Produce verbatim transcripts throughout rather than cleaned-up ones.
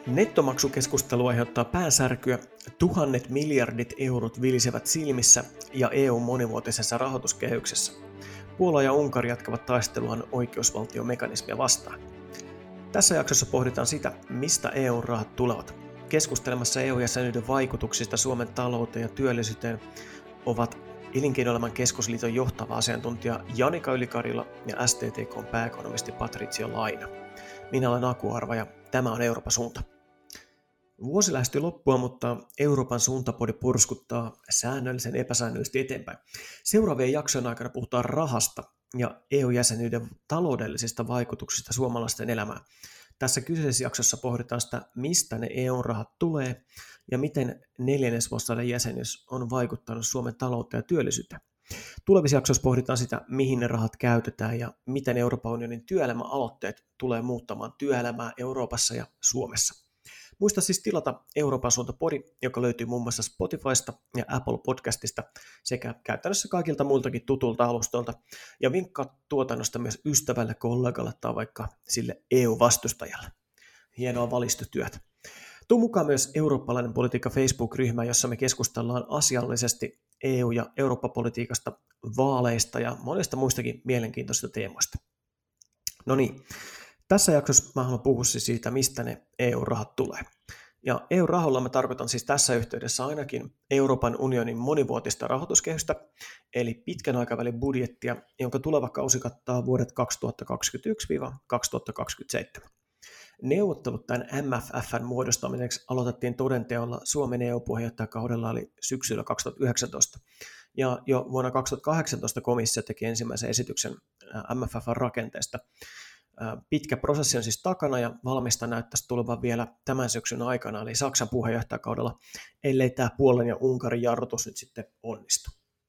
Nettomaksukeskustelu aiheuttaa päänsärkyä, tuhannet miljardit eurot vilisevät silmissä ja E U:n monivuotisessa rahoituskehyksessä. Puola ja Unkari jatkavat taisteluaan oikeusvaltiomekanismia vastaan. Tässä jaksossa pohditaan sitä, mistä E U:n rahat tulevat. Keskustelemassa E U-jäsenyyden vaikutuksista Suomen talouteen ja työllisyyteen ovat Elinkeinoelämän keskusliiton johtava asiantuntija Janika Yli-Karjala ja S T T K:n pääekonomisti Patricio Laina. Minä olen Aku Arva ja tämä on Euroopan suunta. Vuosi lähestyy loppua, mutta Euroopan suuntapodi purskuttaa säännöllisen epäsäännöllisesti eteenpäin. Seuraavien jaksojen aikana puhutaan rahasta ja E U-jäsenyyden taloudellisista vaikutuksista suomalaisten elämään. Tässä kyseisessä jaksossa pohditaan sitä, mistä ne E U-rahat tulee ja miten neljännesvuosisadan jäsenyys on vaikuttanut Suomen talouteen ja työllisyyteen. Tulevissa jaksoissa pohditaan sitä, mihin ne rahat käytetään ja miten Euroopan unionin työelämäaloitteet tulee muuttamaan työelämää Euroopassa ja Suomessa. Muista siis tilata Euroopan suuntapodi, joka löytyy muun muassa Spotifysta ja Apple Podcastista sekä käytännössä kaikilta muiltakin tutulta alustoilta ja vinkkaa tuotannosta myös ystävälle, kollegalle tai vaikka sille E U-vastustajalle. Hienoa valistustyötä. Tuu mukaan myös Eurooppalainen politiikka Facebook-ryhmä, jossa me keskustellaan asiallisesti E U- ja Eurooppa-politiikasta, vaaleista ja monista muistakin mielenkiintoisista teemoista. No niin, tässä jaksossa mä haluan puhua siis siitä, mistä ne E U-rahat tulee. Ja E U-rahoilla mä tarkoitan siis tässä yhteydessä ainakin Euroopan unionin monivuotista rahoituskehystä, eli pitkän aikavälin budjettia, jonka tuleva kausi kattaa vuodet kaksituhattakaksikymmentäyksi kaksituhattakaksikymmentäseitsemän. Neuvottelut tämän M F F:n muodostamiseksi aloitettiin todenteolla Suomen E U-puheenjohtajakaudella eli syksyllä kaksituhattayhdeksäntoista. Ja jo vuonna kaksituhattakahdeksantoista komissio teki ensimmäisen esityksen M F F:n rakenteesta. Pitkä prosessi on siis takana ja valmista näyttäisi tulevan vielä tämän syksyn aikana, eli Saksan puheenjohtajakaudella, ellei tämä Puolan ja Unkarin jarrutus nyt sitten onnistu.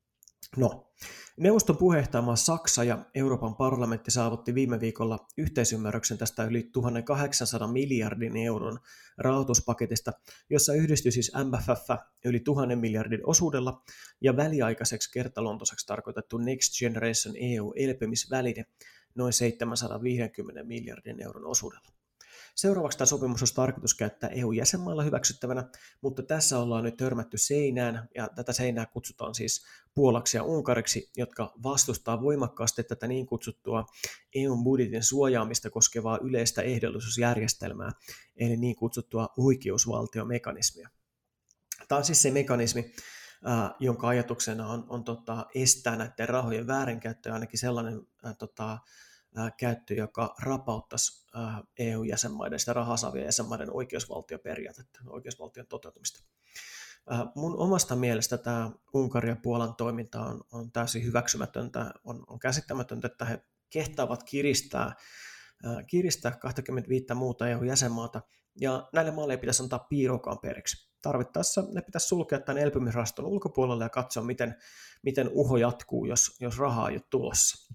No, neuvoston puheenjohtajamaa Saksa ja Euroopan parlamentti saavutti viime viikolla yhteisymmärryksen tästä yli tuhatkahdeksansataa miljardin euron rahoituspaketista, jossa yhdistyi siis M F F yli tuhannen miljardin osuudella ja väliaikaiseksi kertaluontoiseksi tarkoitettu Next Generation E U-elpymisväline noin seitsemänsataaviisikymmentä miljardin euron osuudella. Seuraavaksi tämä sopimus olisi tarkoitus käyttää E U-jäsenmailla hyväksyttävänä, mutta tässä ollaan nyt törmätty seinään, ja tätä seinää kutsutaan siis Puolaksi ja Unkariksi, jotka vastustaa voimakkaasti tätä niin kutsuttua E U-budjetin suojaamista koskevaa yleistä ehdollisuusjärjestelmää, eli niin kutsuttua oikeusvaltiomekanismia. Tämä on siis se mekanismi, jonka ajatuksena on, on tota, estää näiden rahojen väärinkäyttöä, ainakin sellainen äh, tota, äh, käyttö, joka rapauttaisi äh, E U-jäsenmaiden, sitä rahaa saavien jäsenmaiden oikeusvaltioperiaatetta, oikeusvaltion toteutumista. Äh, mun omasta mielestä tämä Unkarin ja Puolan toiminta on, on täysin hyväksymätöntä, on, on käsittämätöntä, että he kehtaavat kiristää, äh, kiristää kaksikymmentäviisi muuta E U-jäsenmaata, ja näille maille ei pitäisi antaa piiruakaan periksi. Tarvittaessa ne pitäisi sulkea tämän elpymisrahaston ulkopuolelle ja katsoa, miten, miten uho jatkuu, jos, jos rahaa ei ole tulossa.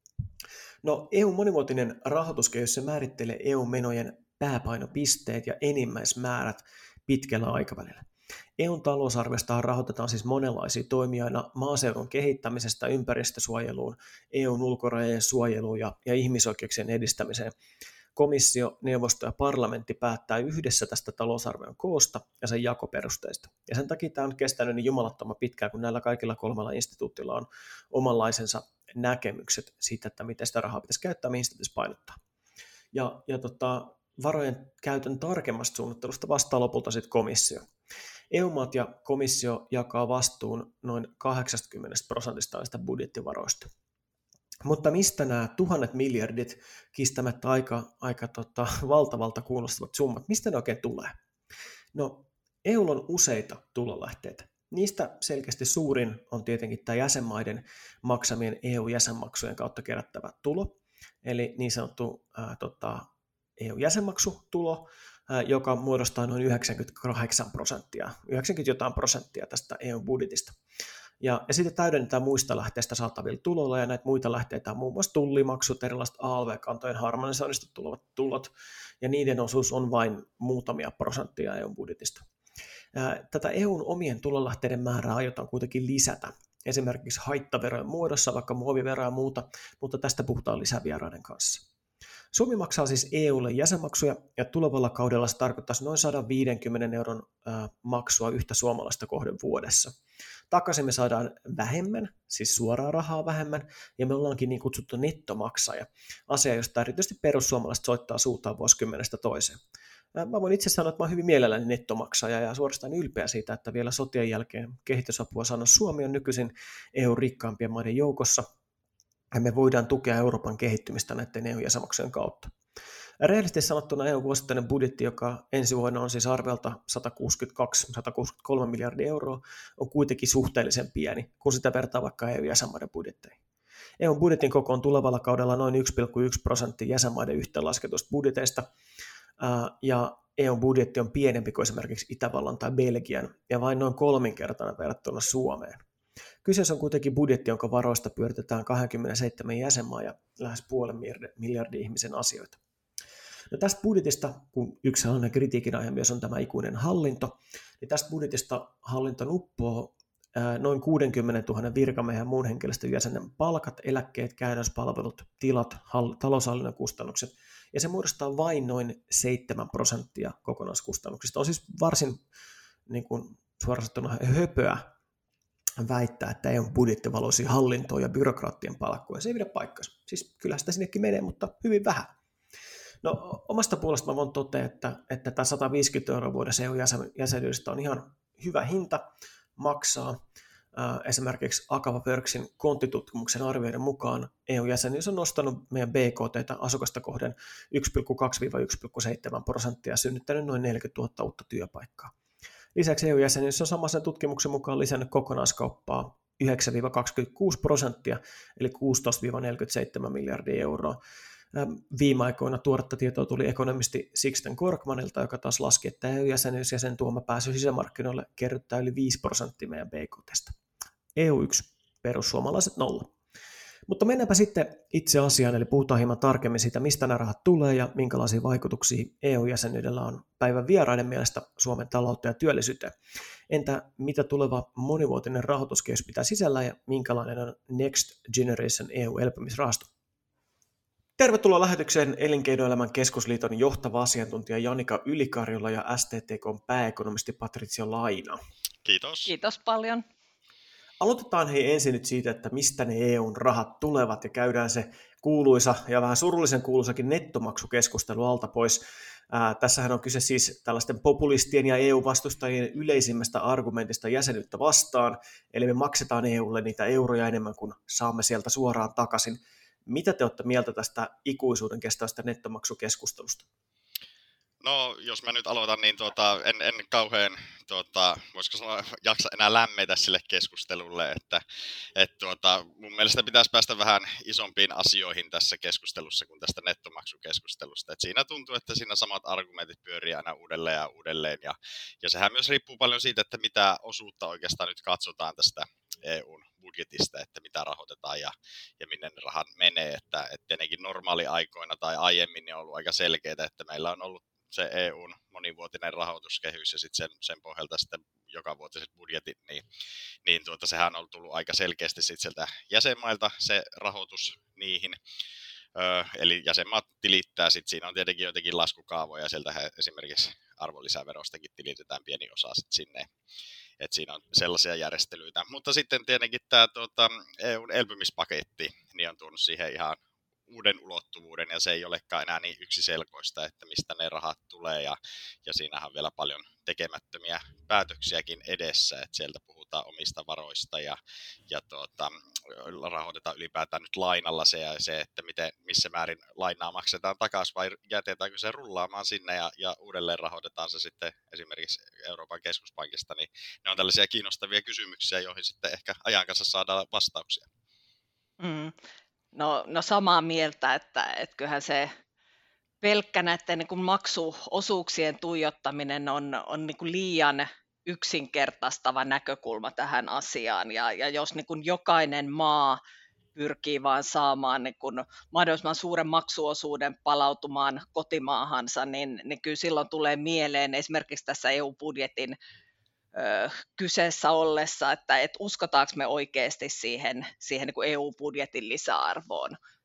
No, E U monivuotinen rahoituskehys se määrittelee E U-menojen pääpainopisteet ja enimmäismäärät pitkällä aikavälillä. E U:n talousarviosta rahoitetaan siis monenlaisia toimia aina maaseudun kehittämisestä ympäristösuojeluun, E U:n ulkorajojen suojeluun ja, ja ihmisoikeuksien edistämiseen. Komissio, neuvosto ja parlamentti päättää yhdessä tästä talousarvion koosta ja sen jakoperusteista. Ja sen takia tämä on kestänyt niin jumalattoman pitkään, kun näillä kaikilla kolmella instituutilla on omanlaisensa näkemykset siitä, että miten sitä rahaa pitäisi käyttää, mihin sitä pitäisi painottaa. Ja, ja tota, varojen käytön tarkemmasta suunnittelusta vastaa lopulta sitten komissio. E U-maat ja komissio jakaa vastuun noin kahdeksankymmentä prosentista näistä budjettivaroista. Mutta mistä nämä tuhannet miljardit kistämättä aika, aika tota, valtavalta kuulostavat summat, mistä ne oikein tulee? No, E U:lla on useita tulolähteitä. Niistä selkeästi suurin on tietenkin tämä jäsenmaiden maksamien E U-jäsenmaksujen kautta kerättävä tulo, eli niin sanottu ää, tota, E U-jäsenmaksutulo, ää, joka muodostaa noin yhdeksänkymmentäkahdeksan prosenttia, yhdeksänkymmentä jotain prosenttia tästä E U-budjetista. Ja, ja sitten täydennetään muista lähteistä saatavilla tuloilla, ja näitä muita lähteitä on muun muassa tullimaksut, erilaiset A L V-kantojen harmonisoinnista tulevat tulot, ja niiden osuus on vain muutamia prosenttia E U-budjetista. Tätä E U:n omien tulolähteiden määrää aiotaan kuitenkin lisätä, esimerkiksi haittaverojen muodossa, vaikka muoviveroja ja muuta, mutta tästä puhutaan lisävieraiden kanssa. Suomi maksaa siis E U:lle jäsenmaksuja, ja tulevalla kaudella se tarkoittaisi noin sata viisikymmentä euron ää, maksua yhtä suomalaista kohden vuodessa. Takaisin me saadaan vähemmän, siis suoraa rahaa vähemmän, ja me ollaankin niin kutsuttu nettomaksaja, asia, josta erityisesti perussuomalaiset soittaa suutaan vuosikymmenestä toiseen. Mä voin itse sanoa, että mä oon hyvin mielelläni nettomaksaja ja suorastaan ylpeä siitä, että vielä sotien jälkeen kehitysapua saanut Suomi on nykyisin E U:n rikkaampien maiden joukossa, ja me voidaan tukea Euroopan kehittymistä näiden E U-jäsenmaksujen kautta. Rehellisesti sanottuna E U-vuosittainen budjetti, joka ensi vuonna on siis arviolta sata kuusikymmentäkaksi sata kuusikymmentäkolme miljardia euroa, on kuitenkin suhteellisen pieni, kun sitä vertaa vaikka E U-jäsenmaiden budjetteihin. E U-budjetin koko on tulevalla kaudella noin yksi pilkku yksi prosenttia jäsenmaiden yhteenlasketuista budjeteista, ja E U-budjetti on pienempi kuin esimerkiksi Itävallan tai Belgian, ja vain noin kolminkertainen verrattuna Suomeen. Kyseessä on kuitenkin budjetti, jonka varoista pyöritetään kaksikymmentäseitsemän jäsenmaa ja lähes puolen miljardin ihmisen asioita. No tästä budjetista, kun yksi sellainen kritiikin aihe myös on tämä ikuinen hallinto, niin tästä budjetista hallinto uppoo noin kuusikymmentätuhatta virkamiehen ja muun henkilöstön jäsenen palkat, eläkkeet, käännöspalvelut, tilat, taloushallinnon kustannukset, ja se muodostaa vain noin seitsemän prosenttia kokonaiskustannuksista. On siis varsin niin kuin suorastaan höpöä väittää, että E U:n budjetti valoisi hallintoon ja byrokraattien palkkoja. Se ei pidä paikkansa. Siis kyllä sitä sinnekin menee, mutta hyvin vähän. No omasta puolesta mä voin totea, että, että tämä sata viisikymmentä euroa vuodessa E U-jäsenyydestä on ihan hyvä hinta maksaa. Äh, esimerkiksi Akava Worksin konttitutkimuksen arvioiden mukaan E U-jäsenyys on nostanut meidän B K T:tä asukasta kohden yksi pilkku kaksi yksi pilkku seitsemän prosenttia ja synnyttänyt noin neljäkymmentätuhatta uutta työpaikkaa. Lisäksi E U-jäsenyys on samaisen tutkimuksen mukaan lisännyt kokonaiskauppaa yhdeksän kaksikymmentäkuusi prosenttia, eli kuusitoista neljäkymmentäseitsemän miljardia euroa. Viime aikoina tuoretta tietoa tuli ekonomisti Sixten Korkmanilta, joka taas laski, että E U-jäsenyys ja sen tuoma pääsy sisämarkkinoille kerryttää yli viisi prosenttia meidän B K T:stä. E U yksi, perussuomalaiset nolla. Mutta mennäänpä sitten itse asiaan, eli puhutaan hieman tarkemmin siitä, mistä nämä rahat tulee ja minkälaisia vaikutuksia E U-jäsenyydellä on päivän vieraiden mielestä Suomen taloutta ja työllisyyteen. Entä mitä tuleva monivuotinen rahoituskehys pitää sisällä ja minkälainen on Next Generation E U-elpymisrahasto? Tervetuloa lähetykseen Elinkeinoelämän keskusliiton johtava asiantuntija Janika Ylikarjola ja S T T K:n pääekonomisti Patricio Laina. Kiitos. Kiitos paljon. Aloitetaan hei ensin nyt siitä, että mistä ne E U:n rahat tulevat ja käydään se kuuluisa ja vähän surullisen kuuluisakin nettomaksukeskustelu alta pois. Ää, tässähän on kyse siis tällaisten populistien ja E U-vastustajien yleisimmästä argumentista jäsenyyttä vastaan, eli me maksetaan E U:lle niitä euroja enemmän kuin saamme sieltä suoraan takaisin. Mitä te olette mieltä tästä ikuisuuden kestävästä nettomaksukeskustelusta? No, jos mä nyt aloitan, niin tuota, en, en kauhean, tuota, voisiko sanoa, jaksa enää lämmetä sille keskustelulle, että et, tuota, mun mielestä pitäisi päästä vähän isompiin asioihin tässä keskustelussa kuin tästä nettomaksukeskustelusta. Et siinä tuntuu, että siinä samat argumentit pyörii aina uudelleen ja uudelleen, ja, ja sehän myös riippuu paljon siitä, että mitä osuutta oikeastaan nyt katsotaan tästä E U:n budjetista, että mitä rahoitetaan ja, ja minne ne rahat menee, että, että tietenkin normaaliaikoina tai aiemmin on ollut aika selkeää, että meillä on ollut se E U:n monivuotinen rahoituskehys ja sitten sen, sen pohjalta sitten jokavuotiset budjetit, niin, niin tuota, sehän on tullut aika selkeästi sitten sieltä jäsenmailta se rahoitus niihin. Öö, eli jäsenmaat tilittää, sitten siinä on tietenkin jotenkin laskukaavoja, sieltä esimerkiksi arvonlisäverostakin tilitetään pieni osa sitten sinne. Että siinä on sellaisia järjestelyitä. Mutta sitten tietenkin tämä tuota, E U:n elpymispaketti niin on tuonut siihen ihan uuden ulottuvuuden, ja se ei olekaan enää niin yksiselkoista, että mistä ne rahat tulee, ja, ja siinähän on vielä paljon tekemättömiä päätöksiäkin edessä, että sieltä puhutaan omista varoista, ja, ja tuota, rahoitetaan ylipäätään nyt lainalla se, ja se, että miten, missä määrin lainaa maksetaan takaisin, vai jätetäänkö se rullaamaan sinne, ja, ja uudelleen rahoitetaan se sitten esimerkiksi Euroopan keskuspankista, niin ne on tällaisia kiinnostavia kysymyksiä, joihin sitten ehkä ajan kanssa saadaan vastauksia. Mm. No, no samaa mieltä, että, että kyllähän se pelkkä näiden niin kuin maksuosuuksien tuijottaminen on, on niin kuin liian yksinkertaistava näkökulma tähän asiaan. Ja, ja jos niin kuin jokainen maa pyrkii vaan saamaan niin kuin mahdollisimman suuren maksuosuuden palautumaan kotimaahansa, niin, niin kyllä silloin tulee mieleen esimerkiksi tässä E U-budjetin Ö, kyseessä ollessa, että et uskotaanko me oikeasti siihen, siihen niin kuin E U-budjetin lisäarvoon.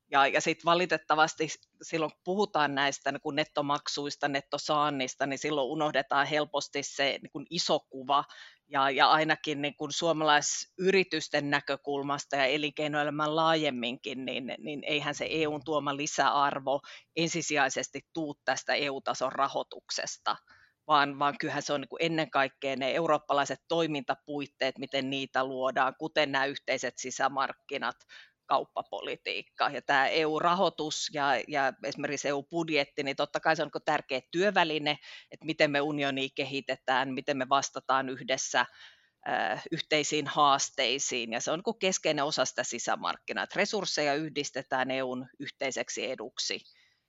Ja, ja sitten valitettavasti silloin kun puhutaan näistä niin kun nettomaksuista, nettosaannista, niin silloin unohdetaan helposti se niin kun iso kuva. Ja, ja ainakin niin kun suomalaisyritysten näkökulmasta ja elinkeinoelämän laajemminkin, niin, niin eihän se E U:n tuoma lisäarvo ensisijaisesti tuu tästä E U-tason rahoituksesta, vaan, vaan kyllähän se on niin kuin ennen kaikkea ne eurooppalaiset toimintapuitteet, miten niitä luodaan, kuten nämä yhteiset sisämarkkinat, kauppapolitiikka. Ja tämä E U-rahoitus ja, ja esimerkiksi E U-budjetti, niin totta kai se on niin tärkeä työväline, että miten me unionia kehitetään, miten me vastataan yhdessä äh, yhteisiin haasteisiin, ja se on niin keskeinen osa sitä sisämarkkinaa, että resursseja yhdistetään E U:n yhteiseksi eduksi.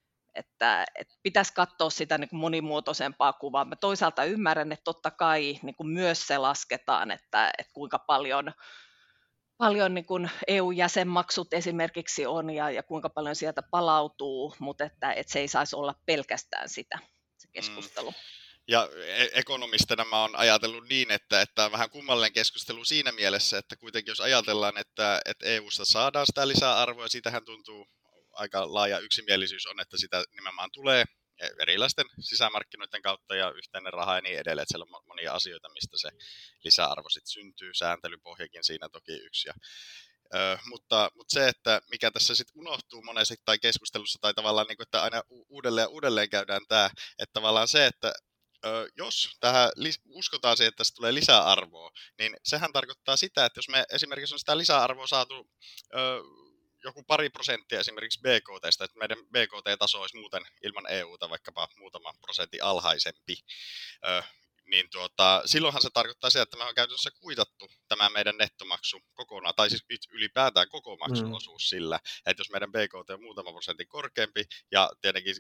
Että, että pitäisi katsoa sitä niin kuin monimuotoisempaa kuvaa. Mä toisaalta ymmärrän, että totta kai niin kuin myös se lasketaan, että, että kuinka paljon, paljon niin kuin E U-jäsenmaksut esimerkiksi on ja, ja kuinka paljon sieltä palautuu, mutta että, että se ei saisi olla pelkästään sitä, se keskustelu. Mm. Ja ekonomistina mä oon ajatellut niin, että, että on vähän kummallinen keskustelu siinä mielessä, että kuitenkin jos ajatellaan, että, että E U:sta saadaan sitä lisäarvoa, ja siitähän tuntuu aika laaja yksimielisyys on, että sitä nimenomaan tulee erilaisten sisämarkkinoiden kautta ja yhteinen raha ja niin edelleen, että siellä on monia asioita, mistä se lisäarvo sitten syntyy, sääntelypohjakin siinä toki yksi. Ja, ö, mutta, mutta se, että mikä tässä sitten unohtuu monesti tai keskustelussa tai tavallaan, niin kuin, että aina uudelleen ja uudelleen käydään tämä, että tavallaan se, että ö, jos tähän uskotaan siihen, että tästä tulee lisäarvoa, niin sehän tarkoittaa sitä, että jos me esimerkiksi on sitä lisäarvoa saatu ö, joku pari prosenttia esimerkiksi B K T:stä, että meidän B K T-taso olisi muuten ilman E U:ta vaikkapa muutaman prosentin alhaisempi, ö, niin tuota, silloinhan se tarkoittaa sitä, että me on käytännössä kuitattu tämä meidän nettomaksu kokonaan, tai siis ylipäätään koko maksuosuus mm. sillä, että jos meidän B K T on muutaman prosentin korkeampi, ja tietenkin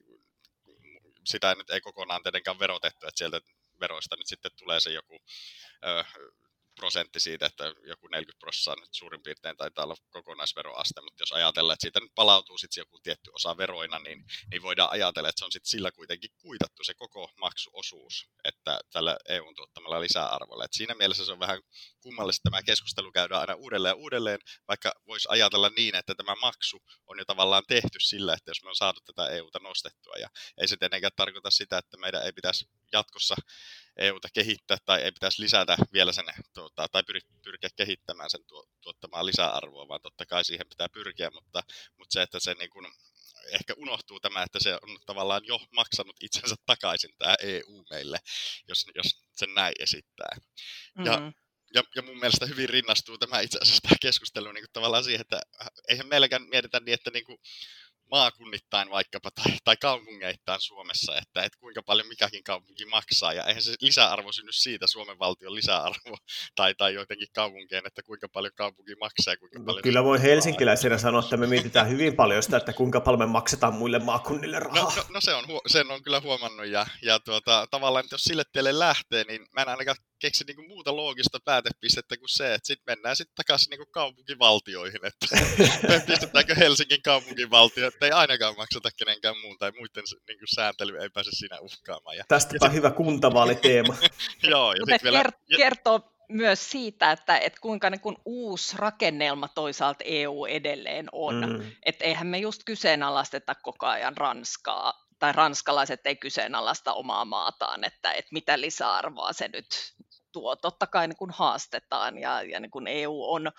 sitä nyt ei kokonaan tietenkään verotettu, että sieltä veroista nyt sitten tulee se joku ö, prosentti siitä, että joku neljäkymmentä prosenttia nyt suurin piirtein taitaa olla kokonaisveroaste, mutta jos ajatellaan, että siitä nyt palautuu sitten joku tietty osa veroina, niin, niin voidaan ajatella, että se on sitten sillä kuitenkin kuitattu se koko maksuosuus, että tällä E U:n tuottamalla lisäarvolla. Et siinä mielessä se on vähän kummallista, että tämä keskustelu käydään aina uudelleen ja uudelleen, vaikka voisi ajatella niin, että tämä maksu on jo tavallaan tehty sillä, että jos me on saatu tätä E U:ta nostettua, ja ei se tietenkään tarkoita sitä, että meidän ei pitäisi jatkossa E U:ta kehittää tai ei pitäisi lisätä vielä sen, tuota, tai pyr, pyrkiä kehittämään sen tuo, tuottamaan lisäarvoa, vaan totta kai siihen pitää pyrkiä, mutta, mutta se, että se niin kuin, ehkä unohtuu tämä, että se on tavallaan jo maksanut itsensä takaisin tämä E U meille, jos, jos sen näin esittää. Mm-hmm. Ja, ja, ja mun mielestä hyvin rinnastuu tämä itse asiassa tämä keskustelu niin kuin tavallaan siihen, että eihän meilläkään mietitä niin, että niin kuin maakunnittain vaikkapa tai, tai kaupungeittain Suomessa, että et kuinka paljon mikäkin kaupunki maksaa, ja eihän se lisäarvo synny siitä, Suomen valtion lisäarvo tai, tai jotenkin kaupunkien, että kuinka paljon kaupunki maksaa. Kuinka no, paljon kyllä voi helsinkiläisenä sanoa, että me mietitään hyvin paljon sitä, että kuinka paljon me maksetaan muille maakunnille rahaa. No, no, no se on, sen on kyllä huomannut, ja, ja tuota, tavallaan jos sille tielle lähtee, niin mä en ainakaan keksi niinku muuta loogista päätepistettä kuin se, että sitten mennään sitten takaisin niinku kaupunkivaltioihin, että pistetäänkö Helsingin kaupunkivaltio, että ei ainakaan makseta kenenkään muun tai muiden niinku sääntely ei pääse siinä uhkaamaan. Ja, Tästäpä ja hyvä kuntavaaliteema. Joo, ja Mutta vielä kert- kertoo myös siitä, että, että kuinka niin kuin uusi rakennelma toisaalta E U edelleen on. Mm. Että eihän me just kyseenalaisteta koko ajan Ranskaa, tai ranskalaiset ei kyseenalaista omaa maataan, että, että mitä lisäarvoa se nyt tuo. Totta kai niin kuin haastetaan, ja, ja niin kuin E U on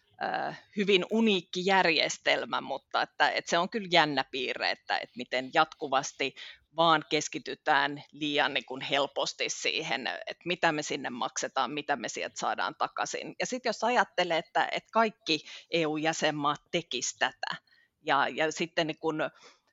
äh, hyvin uniikki järjestelmä, mutta että, että se on kyllä jännä piirre, että, että miten jatkuvasti vaan keskitytään liian niin kuin helposti siihen, että mitä me sinne maksetaan, mitä me sieltä saadaan takaisin. Ja sitten jos ajattelee, että, että kaikki E U-jäsenmaat tekisivät tätä, ja, ja sitten niin kuin,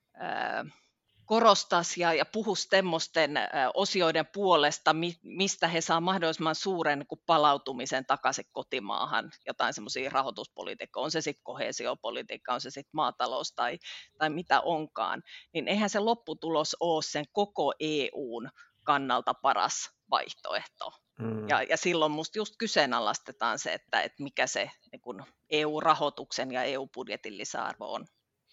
äh, korostaisi ja, ja puhuisi semmoisten osioiden puolesta, mi, mistä he saa mahdollisimman suuren niin kuin palautumisen takaisin kotimaahan, jotain semmoisia rahoituspolitiikkaa, on se sitten koheesiopolitiikka, on se sitten maatalous tai, tai mitä onkaan, niin eihän se lopputulos ole sen koko E U:n kannalta paras vaihtoehto. Mm. Ja, ja silloin musta just kyseenalaistetaan se, että, että mikä se niin kuin E U-rahoituksen ja E U-budjetin lisäarvo on.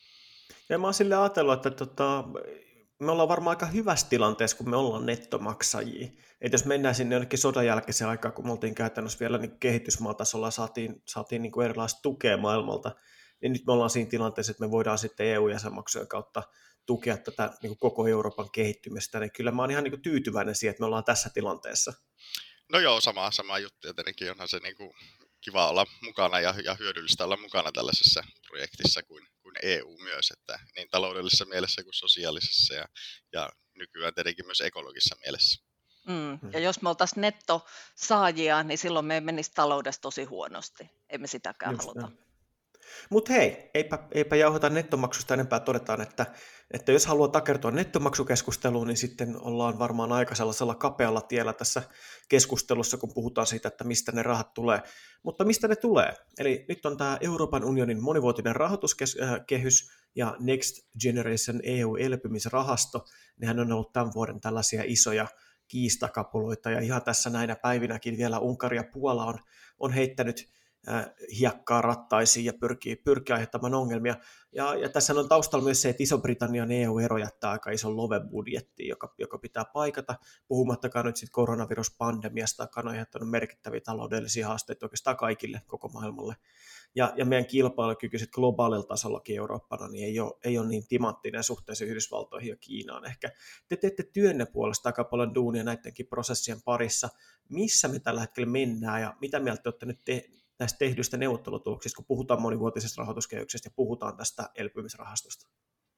Ja mä oon silleen ajatellut, että tota, me ollaan varmaan aika hyvässä tilanteessa, kun me ollaan nettomaksajia. Että jos mennään sinne jonnekin sodan jälkeiseen aikaan, kun me oltiin käytännössä vielä niin kehitysmaatasolla, saatiin, saatiin niin kuin erilaista tukea maailmalta, niin nyt me ollaan siinä tilanteessa, että me voidaan sitten E U-jäsenmaksujen kautta tukea tätä niin kuin koko Euroopan kehittymistä, niin kyllä mä oon ihan niin kuin tyytyväinen siihen, että me ollaan tässä tilanteessa. No joo, sama, sama juttu, ja tietenkin onhan se niin kuin kiva olla mukana ja, ja hyödyllistä olla mukana tällaisessa projektissa kuin, kuin E U myös, että niin taloudellisessa mielessä kuin sosiaalisessa ja, ja nykyään tietenkin myös ekologisessa mielessä. Mm. Ja jos me oltaisiin nettosaajia, niin silloin me menisi taloudessa tosi huonosti. Ei me sitäkään Just haluta. näin. Mutta hei, eipä, eipä jauhota nettomaksusta enempää, todetaan, että, että jos haluaa takertua nettomaksukeskusteluun, niin sitten ollaan varmaan aika sellaisella kapealla tiellä tässä keskustelussa, kun puhutaan siitä, että mistä ne rahat tulee. Mutta mistä ne tulee? Eli nyt on tämä Euroopan unionin monivuotinen rahoituskehys ja Next Generation E U-elpymisrahasto. Nehän on ollut tämän vuoden tällaisia isoja kiistakapuloita, ja ihan tässä näinä päivinäkin vielä Unkari ja Puola on, on heittänyt hiekkaa rattaisiin ja pyrkii, pyrkii aiheuttamaan ongelmia. Ja, ja tässä on taustalla myös se, että Iso-Britannian E U-ero jättää aika ison loven budjettiin, joka, joka pitää paikata, puhumattakaan nyt sitten koronaviruspandemiasta, joka on aiheuttanut merkittäviä taloudellisia haasteita oikeastaan kaikille koko maailmalle. Ja, ja meidän kilpailukyky sitten globaalilla tasollakin Eurooppana niin ei, ole, ei ole niin timanttinen suhteessa Yhdysvaltoihin ja Kiinaan ehkä. Te teette työnne puolesta aika paljon duunia näidenkin prosessien parissa. Missä me tällä hetkellä mennään ja mitä mieltä te olette nyt te- näistä tehdyistä neuvottelutuloksista, kun puhutaan monivuotisesta rahoituskehyksestä ja puhutaan tästä elpymisrahastosta?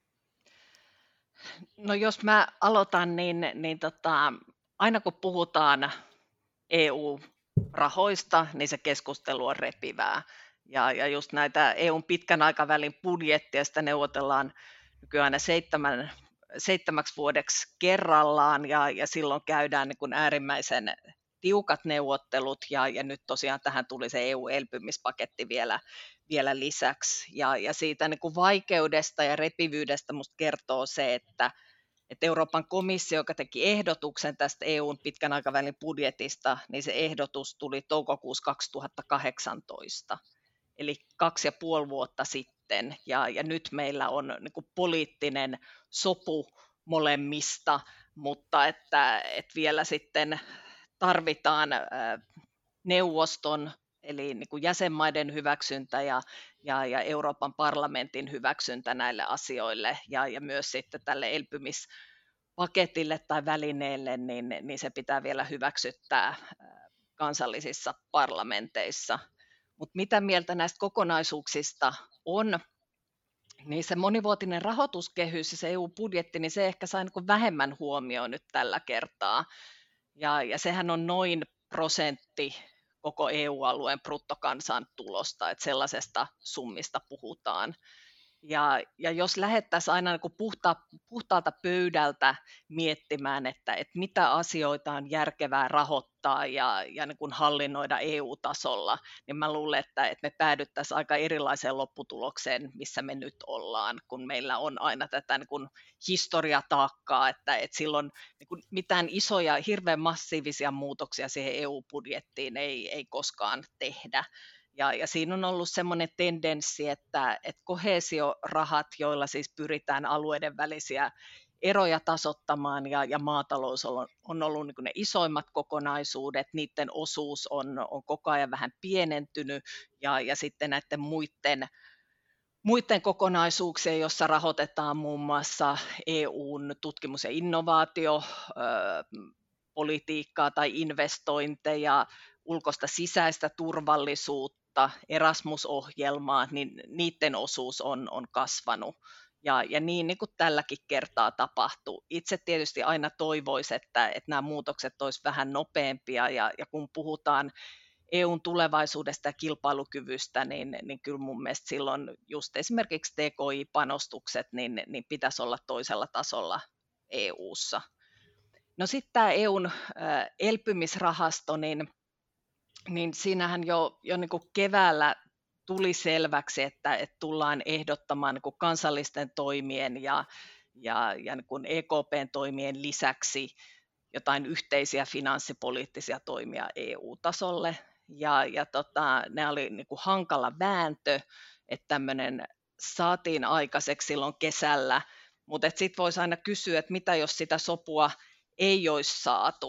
No jos mä aloitan, niin, niin tota, aina kun puhutaan E U-rahoista, niin se keskustelu on repivää. Ja, ja just näitä E U:n pitkän aikavälin budjettia, sitä neuvotellaan nykyään seitsemän, seitsemäksi vuodeksi kerrallaan, ja, ja silloin käydään niin kuin äärimmäisen tiukat neuvottelut, ja, ja nyt tosiaan tähän tuli se E U-elpymispaketti vielä, vielä lisäksi. Ja, ja siitä niin kuin vaikeudesta ja repivyydestä musta kertoo se, että, että Euroopan komissio, joka teki ehdotuksen tästä E U:n pitkän aikavälin budjetista, niin se ehdotus tuli toukokuussa kaksituhattakahdeksantoista, eli kaksi ja puoli vuotta sitten, ja, ja nyt meillä on niin kuin poliittinen sopu molemmista, mutta että, että vielä sitten tarvitaan neuvoston, eli niin kuin jäsenmaiden hyväksyntä ja, ja, ja Euroopan parlamentin hyväksyntä näille asioille, ja, ja myös sitten tälle elpymispaketille tai välineelle, niin, niin se pitää vielä hyväksyttää kansallisissa parlamenteissa. Mutta mitä mieltä näistä kokonaisuuksista on, niin se monivuotinen rahoituskehys ja se E U-budjetti, niin se ehkä sai niin kuin vähemmän huomioon nyt tällä kertaa. Ja, ja sehän on noin prosentti koko E U-alueen bruttokansantulosta, että sellaisesta summista puhutaan. Ja, ja jos lähdettäisiin aina niin kuin puhta, puhtaalta pöydältä miettimään, että, että mitä asioita on järkevää rahoittaa ja, ja niin kuin hallinnoida E U-tasolla, niin mä luulen, että, että me päädyttäisiin aika erilaiseen lopputulokseen, missä me nyt ollaan, kun meillä on aina tätä niin kuin historiataakkaa, että, että silloin niin kuin mitään isoja, hirveän massiivisia muutoksia siihen E U-budjettiin ei, ei koskaan tehdä. Ja, ja siinä on ollut semmoinen tendenssi, että, että koheesiorahat, joilla siis pyritään alueiden välisiä eroja tasoittamaan, ja, ja maatalous on, on ollut niin kuin ne isoimmat kokonaisuudet, niiden osuus on, on koko ajan vähän pienentynyt, ja, ja sitten näiden muiden, muiden kokonaisuuksien, joissa rahoitetaan muun muassa E U:n tutkimus- ja innovaatiopolitiikkaa tai investointeja, ulkoista sisäistä turvallisuutta, Erasmus-ohjelmaa, niin niiden osuus on, on kasvanut. Ja, ja niin, niin kuin tälläkin kertaa tapahtuu. Itse tietysti aina toivoisi, että, että nämä muutokset olisivat vähän nopeampia, ja, ja kun puhutaan E U:n tulevaisuudesta ja kilpailukyvystä, niin, niin kyllä mun mielestä silloin just esimerkiksi T K I-panostukset niin, niin pitäisi olla toisella tasolla E U:ssa. No sitten tämä E U:n elpymisrahasto, niin niin siinähän jo, jo niin kuin keväällä tuli selväksi, että, että tullaan ehdottamaan niin kuin kansallisten toimien ja, ja, ja niin kuin E K P:n toimien lisäksi jotain yhteisiä finanssipoliittisia toimia E U-tasolle. Ja, ja tota, ne oli niin kuin hankala vääntö, että tämmöinen saatiin aikaiseksi silloin kesällä, mutta sitten voisi aina kysyä, että mitä jos sitä sopua ei olisi saatu.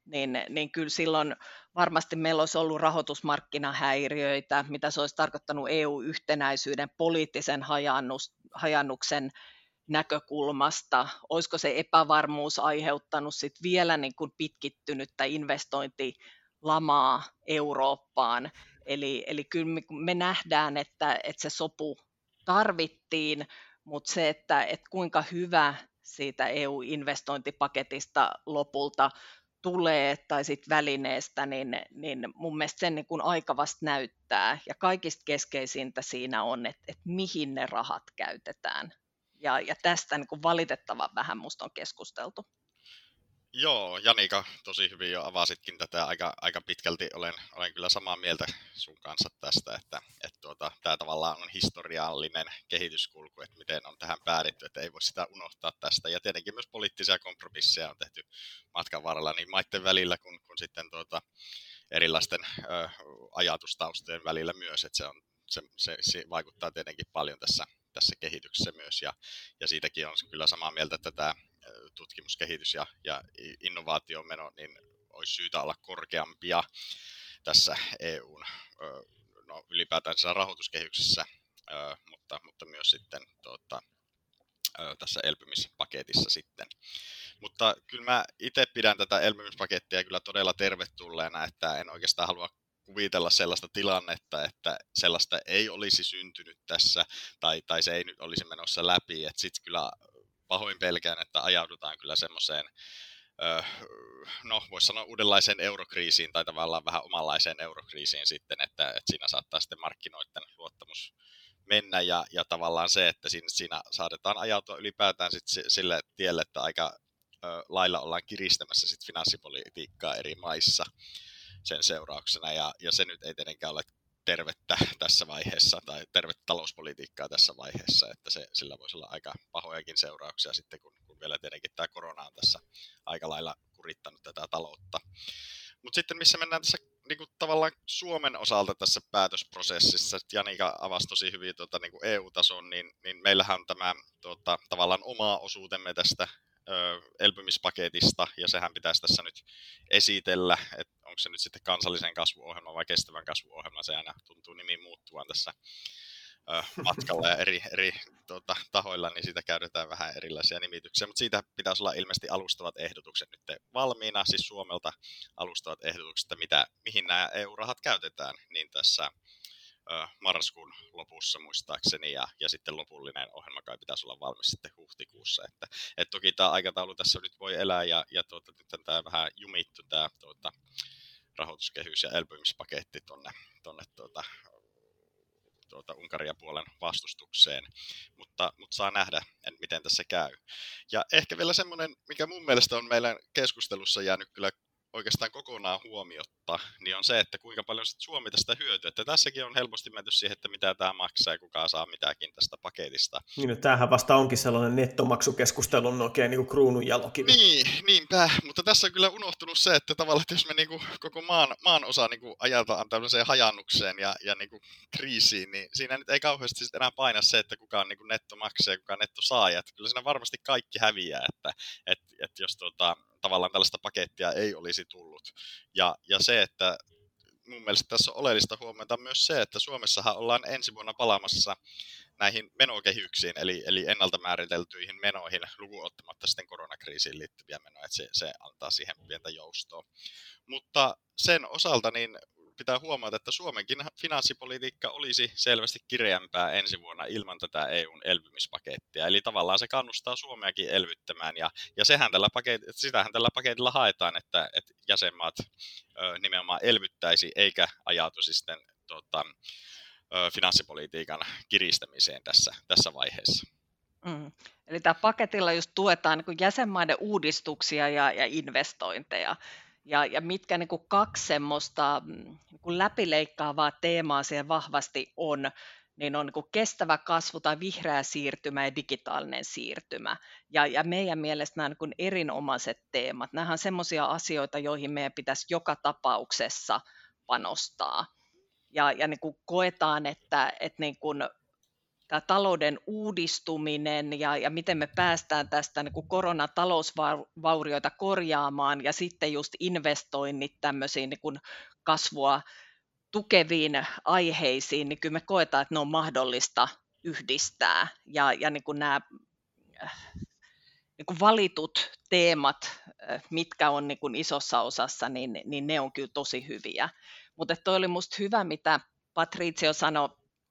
niin, niin kyllä silloin varmasti meillä olisi ollut rahoitusmarkkinahäiriöitä, mitä se olisi tarkoittanut E U-yhtenäisyyden poliittisen hajannus, hajannuksen näkökulmasta. Olisiko se epävarmuus aiheuttanut sit vielä niin kuin pitkittynyttä investointilamaa Eurooppaan. Eli, eli kyllä me, me nähdään, että, että se sopu tarvittiin, mutta se, että, että kuinka hyvä siitä E U-investointipaketista lopulta tulee tai sit välineestä, niin, niin mun mielestä sen niin kun aika vasta näyttää. Ja kaikista keskeisintä siinä on, että, että mihin ne rahat käytetään. Ja, ja tästä niin kun valitettavan vähän musta on keskusteltu. Joo, Janika, tosi hyvin jo avasitkin tätä aika, aika pitkälti. Olen, olen kyllä samaa mieltä sun kanssa tästä, että, että tuota, tämä tavallaan on historiallinen kehityskulku, että miten on tähän päädytty, että ei voi sitä unohtaa tästä. Ja tietenkin myös poliittisia kompromisseja on tehty matkan varrella niin maiden välillä kuin, kuin sitten tuota, erilaisten ö, ajatustaustojen välillä myös, että se, on, se, se, se vaikuttaa tietenkin paljon tässä, tässä kehityksessä myös. Ja, ja siitäkin on kyllä samaa mieltä, että tämä tutkimus, kehitys ja, ja innovaatiomeno, niin olisi syytä olla korkeampia tässä E U:n no, ylipäätään rahoituskehyksessä, mutta, mutta myös sitten tuota, tässä elpymispaketissa sitten. Mutta kyllä mä itse pidän tätä elpymispakettia kyllä todella tervetulleena, että en oikeastaan halua kuvitella sellaista tilannetta, että sellaista ei olisi syntynyt tässä tai, tai se ei nyt olisi menossa läpi, että sitten kyllä pahoin pelkään, että ajaudutaan kyllä semmoiseen, no voisi sanoa uudenlaiseen eurokriisiin tai tavallaan vähän omanlaiseen eurokriisiin sitten, että, että siinä saattaa sitten markkinoiden luottamus mennä ja, ja tavallaan se, että siinä, siinä saatetaan ajautua ylipäätään sitten sille tielle, että aika lailla ollaan kiristämässä sitten finanssipolitiikkaa eri maissa sen seurauksena ja, ja se nyt ei tietenkään ole tervettä tässä vaiheessa tai tervettä talouspolitiikkaa tässä vaiheessa, että se, sillä voisi olla aika pahojakin seurauksia sitten, kun, kun vielä tietenkin tämä korona on tässä aika lailla kurittanut tätä taloutta. Mutta sitten missä mennään tässä niin kuin tavallaan Suomen osalta tässä päätösprosessissa, että Janika avasi tosi hyvin tuota, niin kuin E U-tason, niin, niin meillähän on tämä tuota, tavallaan oma osuutemme tästä ö, elpymispaketista, ja sehän pitäisi tässä nyt esitellä, että onko se nyt sitten kansallisen kasvuohjelma vai kestävän kasvuohjelma, se aina tuntuu nimi muuttuvan tässä ö, matkalla ja eri, eri tuota, tahoilla, niin siitä käytetään vähän erilaisia nimityksiä, mutta siitä pitäisi olla ilmeisesti alustavat ehdotukset nyt valmiina, siis Suomelta alustavat ehdotukset, että mitä, mihin nämä E U-rahat käytetään, niin tässä ö, marraskuun lopussa muistaakseni, ja, ja sitten lopullinen ohjelma kai pitäisi olla valmis sitten huhtikuussa, että et toki tämä aikataulu tässä nyt voi elää, ja, ja tuota, nyt tämä vähän jumittu tämä tuota, rahoituskehys ja elpymispaketti tuonne tonne, tuota, tuota Unkaria puolen vastustukseen, mutta, mutta saa nähdä, miten tässä käy. Ja ehkä vielä semmoinen, mikä mun mielestä on meillä keskustelussa jäänyt kyllä oikeastaan kokonaan huomiotta, niin on se, että kuinka paljon sit Suomi tästä hyötyy. Että tässäkin on helposti menty siihen, että mitä tämä maksaa ja kuka saa mitäkin tästä paketista. Niin, no tämähän vasta onkin sellainen nettomaksukeskustelun oikein niin kuin kruunun jalokivi. Niin, niinpä, mutta tässä on kyllä unohtunut se, että tavallaan, että jos me niin kuin koko maan, maan osa niin kuin ajataan tällaiseen hajannukseen ja, ja niin kuin kriisiin, niin siinä nyt ei kauheasti sit enää paina se, että kuka on niin kuin nettomaksaja ja kuka on nettosaaja. Että kyllä siinä varmasti kaikki häviää, että, että, että jos tuota, tavallaan tällaista pakettia ei olisi tullut. Ja, ja se, että mun mielestä tässä on oleellista huomata myös se, että Suomessahan ollaan ensi vuonna palaamassa näihin menokehyksiin, eli, eli ennalta määriteltyihin menoihin, lukuun ottamatta sitten koronakriisiin liittyviä menoja, että se, se antaa siihen pientä joustoa. Mutta sen osalta niin pitää huomata, että Suomenkin finanssipolitiikka olisi selvästi kireämpää ensi vuonna ilman tätä E U:n elpymispakettia. Eli tavallaan se kannustaa Suomeakin elvyttämään, ja, ja sehän tällä paket, sitähän tällä paketilla haetaan, että, että jäsenmaat ö, nimenomaan elvyttäisi eikä ajautuisi sitten tota, ö, finanssipolitiikan kiristämiseen tässä, tässä vaiheessa. Mm. Eli tämä paketilla just tuetaan niin kuin jäsenmaiden uudistuksia ja, ja investointeja. Ja, ja mitkä niin kuin kaksi semmoista niin kuin läpileikkaavaa teemaa siellä vahvasti on, niin on niin kuin kestävä kasvu tai vihreä siirtymä ja digitaalinen siirtymä. Ja, ja meidän mielestä nämä on niin kuin erinomaiset teemat. Nämä on semmoisia asioita, joihin meidän pitäisi joka tapauksessa panostaa. Ja, ja niin kuin koetaan, että, että niin kuin tämä talouden uudistuminen ja, ja miten me päästään tästä niin kuin koronatalousvaurioita korjaamaan ja sitten just investoinnit tämmöisiin niin kuin kasvua tukeviin aiheisiin, niin kyllä me koetaan, että ne on mahdollista yhdistää ja, ja niin kuin nämä niin kuin valitut teemat, mitkä on niin kuin isossa osassa, niin, niin ne on kyllä tosi hyviä. Mutta toi oli musta hyvä, mitä Patrizio sanoi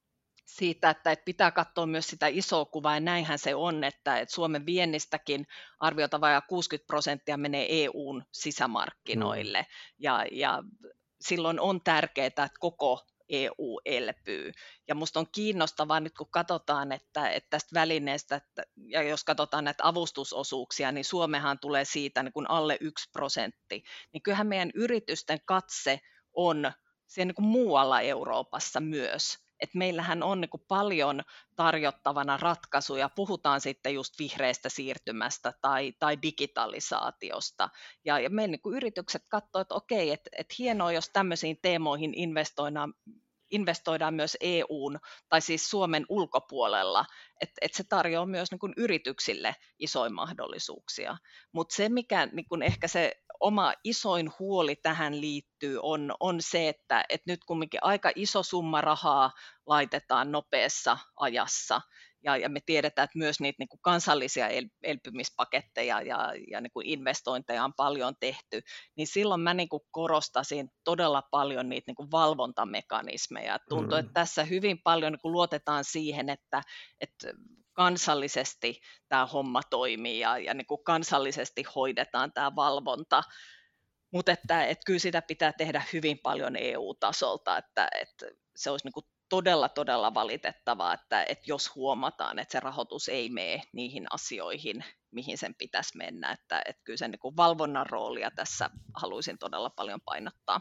siitä, että, että pitää katsoa myös sitä isoa kuvaa, ja näinhän se on, että, että Suomen viennistäkin arviota vajaa kuusikymmentä prosenttia menee E U:n sisämarkkinoille, mm. ja, ja silloin on tärkeää, että koko E U elpyy. Ja musta on kiinnostavaa nyt, kun katsotaan, että, että tästä välineestä, että, ja jos katsotaan näitä avustusosuuksia, niin Suomehan tulee siitä niin kuin alle yksi prosentti. Niin kyllähän meidän yritysten katse on siellä niin kuin muualla Euroopassa myös. Et meillähän on niin kuin paljon tarjottavana ratkaisuja, puhutaan sitten just vihreästä siirtymästä tai, tai digitalisaatiosta. Ja, ja meidän niin kuin yritykset katsoo, että okei, että et hienoa, jos tämmöisiin teemoihin investoidaan, investoidaan myös E U:n tai siis Suomen ulkopuolella, että et se tarjoaa myös niin kuin yrityksille isoja mahdollisuuksia. Mutta se, mikä niin kuin ehkä se oma isoin huoli tähän liittyy, on, on se, että, että nyt kumminkin aika iso summa rahaa laitetaan nopeassa ajassa, ja, ja me tiedetään, että myös niitä niin kuin kansallisia el, elpymispaketteja ja, ja niin kuin investointeja on paljon tehty, niin silloin mä niin kuin korostasin todella paljon niitä niin kuin valvontamekanismeja. Tuntuu, että tässä hyvin paljon niin kuin luotetaan siihen, että, että kansallisesti tämä homma toimii ja, ja niin kuin kansallisesti hoidetaan tämä valvonta, mutta että, että kyllä sitä pitää tehdä hyvin paljon E U-tasolta, että, että se olisi niin kuin todella, todella valitettavaa, että, että jos huomataan, että se rahoitus ei mene niihin asioihin, mihin sen pitäisi mennä, että, että kyllä sen niin kuin valvonnan roolia tässä haluaisin todella paljon painottaa.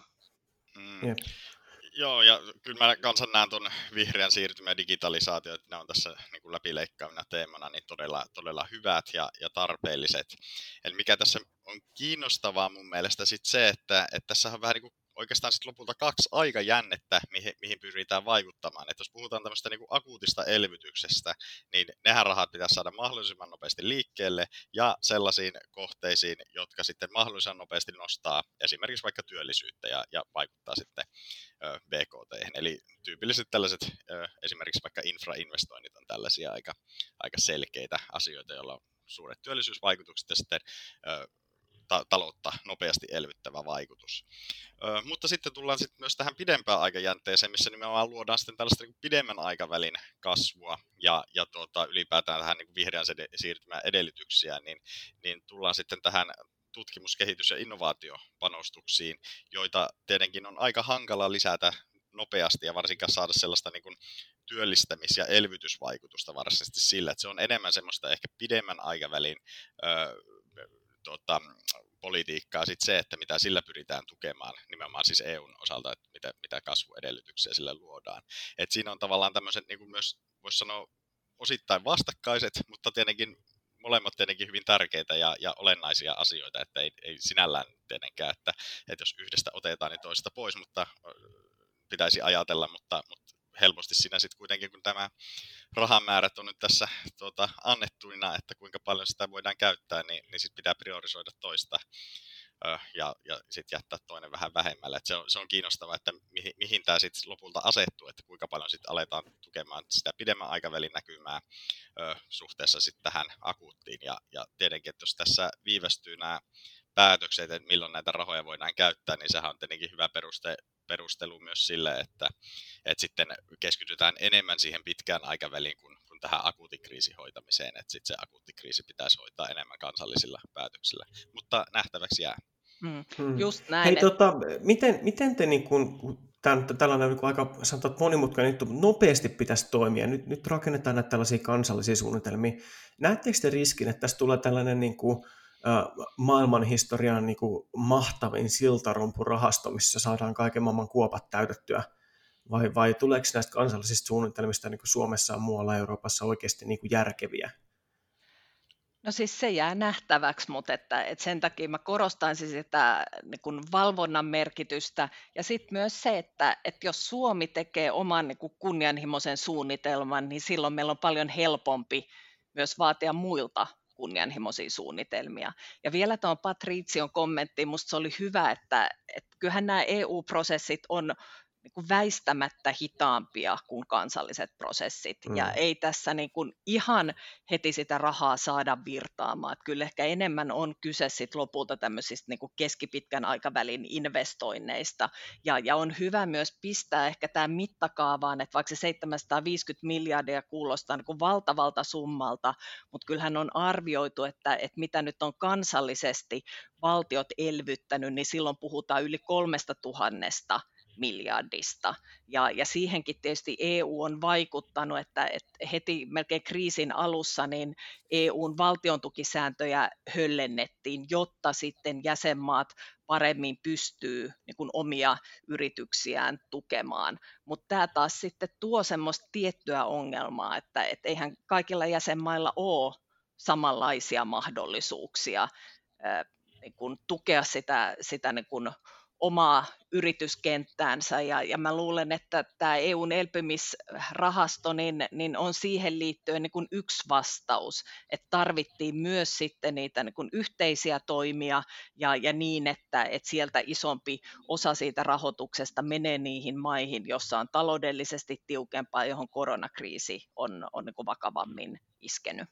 Mm. Yep. Joo, ja kyllä mä kanssa näen tuon vihreän siirtymän ja digitalisaatio, että ne on tässä niin kuin läpileikkaavina teemana niin todella, todella hyvät ja, ja tarpeelliset. Eli mikä tässä on kiinnostavaa mun mielestä sit se, että, että tässä on vähän niin kuin oikeastaan sit lopulta kaksi aikajännettä, mihin, mihin pyritään vaikuttamaan. Että jos puhutaan tämmöistä niin kuin akuutista elvytyksestä, niin nehän rahat pitäisi saada mahdollisimman nopeasti liikkeelle ja sellaisiin kohteisiin, jotka sitten mahdollisimman nopeasti nostaa esimerkiksi vaikka työllisyyttä ja, ja vaikuttaa sitten ö, B K T. Eli tyypilliset tällaiset ö, esimerkiksi vaikka infrainvestoinnit on tällaisia aika, aika selkeitä asioita, joilla on suuret työllisyysvaikutukset ja sitten ö, ta- taloutta nopeasti elvyttävä vaikutus. Ö, mutta sitten tullaan sitten myös tähän pidempään aikajänteeseen, missä nimenomaan luodaan sitten tällaista niin pidemmän aikavälin kasvua ja, ja tuota, ylipäätään tähän niin vihreän siirtymään edellytyksiä, niin, niin tullaan sitten tähän tutkimus-, kehitys- ja innovaatiopanostuksiin, joita tietenkin on aika hankala lisätä nopeasti ja varsinkaan saada sellaista niin kuin työllistämis- ja elvytysvaikutusta varsinaisesti sillä, että se on enemmän semmoista ehkä pidemmän aikavälin ö, Tota, politiikkaa sit se, että mitä sillä pyritään tukemaan, nimenomaan siis E U:n osalta, että mitä, mitä kasvuedellytyksiä sillä luodaan. Et siinä on tavallaan tämmöiset, niin kuin myös voisi sanoa, osittain vastakkaiset, mutta tietenkin molemmat tietenkin hyvin tärkeitä ja, ja olennaisia asioita, että ei, ei sinällään tietenkään, että, että jos yhdestä otetaan, niin toista pois, mutta pitäisi ajatella, mutta, mutta helposti siinä sitten kuitenkin, kun tämä rahamäärät on nyt tässä tuota, annettuina, että kuinka paljon sitä voidaan käyttää, niin, niin sitten pitää priorisoida toista ö, ja, ja sitten jättää toinen vähän vähemmälle. Et se, on, se on kiinnostavaa, että mihin, mihin tämä sitten lopulta asettuu, että kuinka paljon sitten aletaan tukemaan sitä pidemmän aikavälin näkymää ö, suhteessa sitten tähän akuuttiin. Ja, ja tietenkin, että jos tässä viivästyy nämä päätökset, että milloin näitä rahoja voidaan käyttää, niin sehän on tietenkin hyvä peruste, perustelu myös sille, että, että sitten keskitytään enemmän siihen pitkään aikaväliin kuin, kuin tähän akuutin kriisin hoitamiseen, että sitten se akuutti kriisi pitäisi hoitaa enemmän kansallisilla päätöksillä, mutta nähtäväksi jää. Mm, just näin. Hei, että... tota, miten, miten te niin kun, tämän, tällainen niin aika sanotaan, monimutkainen juttu, nopeasti pitäisi toimia, nyt, nyt rakennetaan näitä tällaisia kansallisia suunnitelmia, näettekö te riskin, että tässä tulee tällainen niin kuin maailmanhistorian niin kuin mahtavin siltarumpurahasto, missä saadaan kaiken maailman kuopat täytettyä, vai, vai tuleeko näistä kansallisista suunnitelmista niin kuin Suomessa ja muualla Euroopassa oikeasti niin kuin järkeviä? No siis se jää nähtäväksi, mutta että, että sen takia mä korostaisin sitä niin kuin valvonnan merkitystä ja sitten myös se, että, että jos Suomi tekee oman niin kuin kunnianhimoisen suunnitelman, niin silloin meillä on paljon helpompi myös vaatia muilta kunnianhimoisia suunnitelmia. Ja vielä tuon Patrizion kommenttiin, musta se oli hyvä, että, että kyllähän nämä E U-prosessit on niin kuin väistämättä hitaampia kuin kansalliset prosessit. Mm. Ja ei tässä niin kuin ihan heti sitä rahaa saada virtaamaan. Että kyllä ehkä enemmän on kyse sit lopulta tämmöisistä niin kuin keskipitkän aikavälin investoinneista. Ja, ja on hyvä myös pistää ehkä tämä mittakaavaan, että vaikka se seitsemänsataaviisikymmentä miljardia kuulostaa niin kuin valtavalta summalta, mutta kyllähän on arvioitu, että, että mitä nyt on kansallisesti valtiot elvyttänyt, niin silloin puhutaan yli kolmesta tuhannesta miljardista. Ja, ja siihenkin tietysti E U on vaikuttanut, että, että heti melkein kriisin alussa niin E U:n valtiontukisääntöjä höllennettiin, jotta sitten jäsenmaat paremmin pystyy niin kuin omia yrityksiään tukemaan. Mutta tämä taas sitten tuo semmoista tiettyä ongelmaa, että et eihän kaikilla jäsenmailla ole samanlaisia mahdollisuuksia ää, niin kuin tukea sitä, sitä niin kuin omaa yrityskenttäänsä ja, ja mä luulen, että tämä E U:n elpymisrahasto niin, niin on siihen liittyen niin kuin yksi vastaus, että tarvittiin myös sitten niitä niin kuin yhteisiä toimia ja, ja niin, että, että sieltä isompi osa siitä rahoituksesta menee niihin maihin, jossa on taloudellisesti tiukempaa, johon koronakriisi on, on niin kuin vakavammin iskenyt.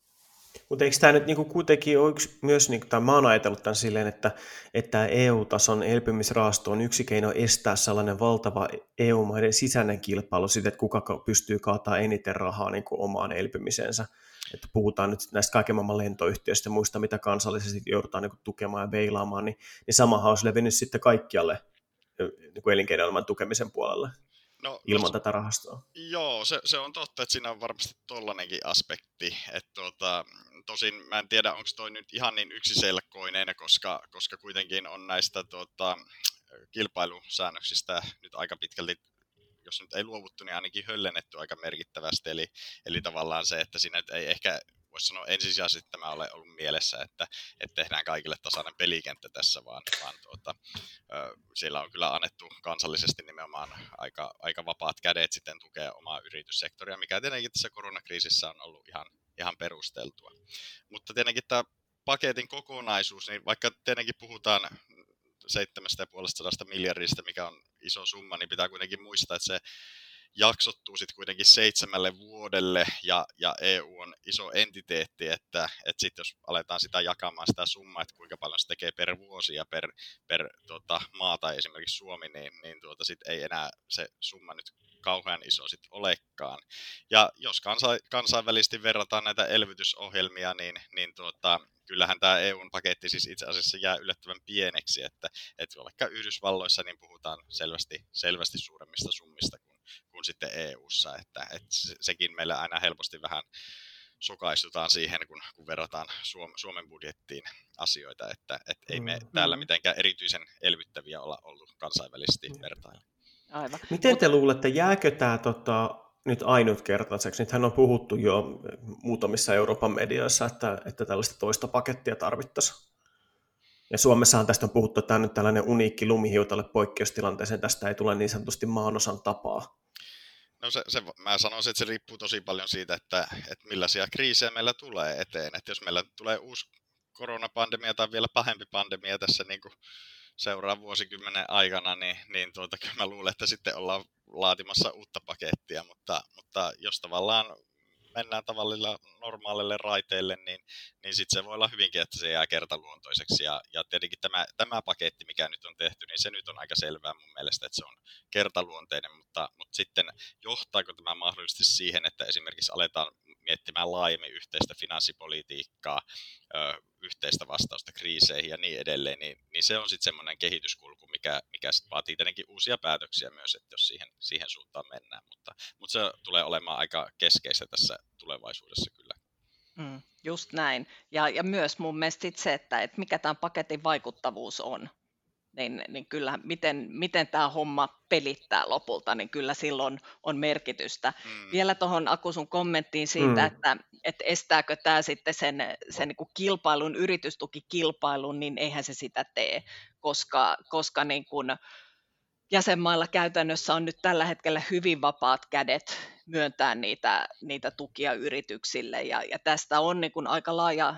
Mutta eikö tämä nyt niinku kuitenkin ole yksi, myös, niinku, tai mä oon ajatellut tämän silleen, että, että E U-tason elpymisrahasto on yksi keino estää sellainen valtava E U-maiden sisäinen kilpailu siitä, että kuka pystyy kaataa eniten rahaa niinku omaan elpymiseensä. Että puhutaan nyt näistä kaiken maailman lentoyhtiöistä ja muista, mitä kansallisesti joudutaan niinku tukemaan ja beilaamaan, niin, niin samahan olisi levinnyt sitten kaikkialle niinku elinkeinoelämän tukemisen puolelle. No, ilman no, tätä rahastoa. Joo, se, se on totta, että siinä on varmasti tollainenkin aspekti. Että tuota, tosin mä en tiedä, onko toi nyt ihan niin yksiselkkoinen, koska, koska kuitenkin on näistä tuota, kilpailusäännöksistä nyt aika pitkälti, jos nyt ei luovuttu, niin ainakin höllennetty aika merkittävästi. Eli, eli tavallaan se, että siinä ei ehkä voisi sanoa ensisijaisesti tämä ole ollut mielessä, että, että tehdään kaikille tasainen pelikenttä tässä, vaan, vaan tuota, siellä on kyllä annettu kansallisesti nimenomaan aika, aika vapaat kädet sitten tukea omaa yrityssektoria, mikä tietenkin tässä koronakriisissä on ollut ihan, ihan perusteltua. Mutta tietenkin tämä paketin kokonaisuus, niin vaikka tietenkin puhutaan seitsemästätuhannesta miljardista, mikä on iso summa, niin pitää kuitenkin muistaa, että se jaksottuu sitten kuitenkin seitsemälle vuodelle ja, ja E U on iso entiteetti, että, että sitten jos aletaan sitä jakamaan sitä summaa, että kuinka paljon se tekee per vuosi ja per, per tota, maa tai esimerkiksi Suomi, niin, niin tuota, sit ei enää se summa nyt kauhean iso sit olekaan. Ja jos kansa, kansainvälisesti verrataan näitä elvytysohjelmia, niin, niin tuota, kyllähän tämä E U:n paketti siis itse asiassa jää yllättävän pieneksi, että, että vaikka Yhdysvalloissa niin puhutaan selvästi, selvästi suuremmista summista kuin, kuin sitten E U:ssa, että, että sekin meillä aina helposti vähän sokaistutaan siihen, kun, kun verrataan Suom- Suomen budjettiin asioita, että, että ei me mm-hmm. täällä mitenkään erityisen elvyttäviä olla ollut kansainvälisesti mm-hmm. vertailla. Aivan. Miten te luulette, jääkö tämä tota, nyt ainutkertaiseksi? Nythän on puhuttu jo muutamissa Euroopan medioissa, että, että tällaista toista pakettia tarvittaisiin. Ja Suomessahan tästä on puhuttu, että tämä on nyt tällainen uniikki lumihiutalle poikkeustilanteeseen, tästä ei tule niin sanotusti maanosan tapaa. No se, se, mä sanoisin, että se riippuu tosi paljon siitä, että, että millaisia kriisejä meillä tulee eteen. Että jos meillä tulee uusi koronapandemia tai vielä pahempi pandemia tässä niin kuin seuraavan vuosikymmenen aikana, niin, niin tuota, kyllä mä luulen, että sitten ollaan laatimassa uutta pakettia, mutta, mutta jos tavallaan mennään tavallisella normaalille raiteille, niin, niin sitten se voi olla hyvinkin, että se jää kertaluontoiseksi. Ja, ja tietenkin tämä, tämä paketti, mikä nyt on tehty, niin se nyt on aika selvää mun mielestä, että se on kertaluonteinen, mutta, mutta sitten johtaako tämä mahdollisesti siihen, että esimerkiksi aletaan miettimään laajemmin yhteistä finanssipolitiikkaa, ö, yhteistä vastausta kriiseihin ja niin edelleen, niin, niin se on sitten semmoinen kehityskulku, mikä, mikä sit vaatii tietenkin uusia päätöksiä myös, että jos siihen, siihen suuntaan mennään, mutta, mutta se tulee olemaan aika keskeistä tässä tulevaisuudessa kyllä. Mm, just näin. Ja, ja myös mun mielestä sit se, että, että mikä tämän paketin vaikuttavuus on. niin, niin kyllä miten, miten tämä homma pelittää lopulta, niin kyllä silloin on merkitystä. Mm. Vielä tuohon Aku sun kommenttiin siitä, Mm. että, että estääkö tämä sitten sen, sen niin kuin kilpailun, yritystukikilpailun, niin eihän se sitä tee, koska, koska niin kuin jäsenmailla käytännössä on nyt tällä hetkellä hyvin vapaat kädet myöntää niitä, niitä tukia yrityksille, ja, ja tästä on niin kuin aika laaja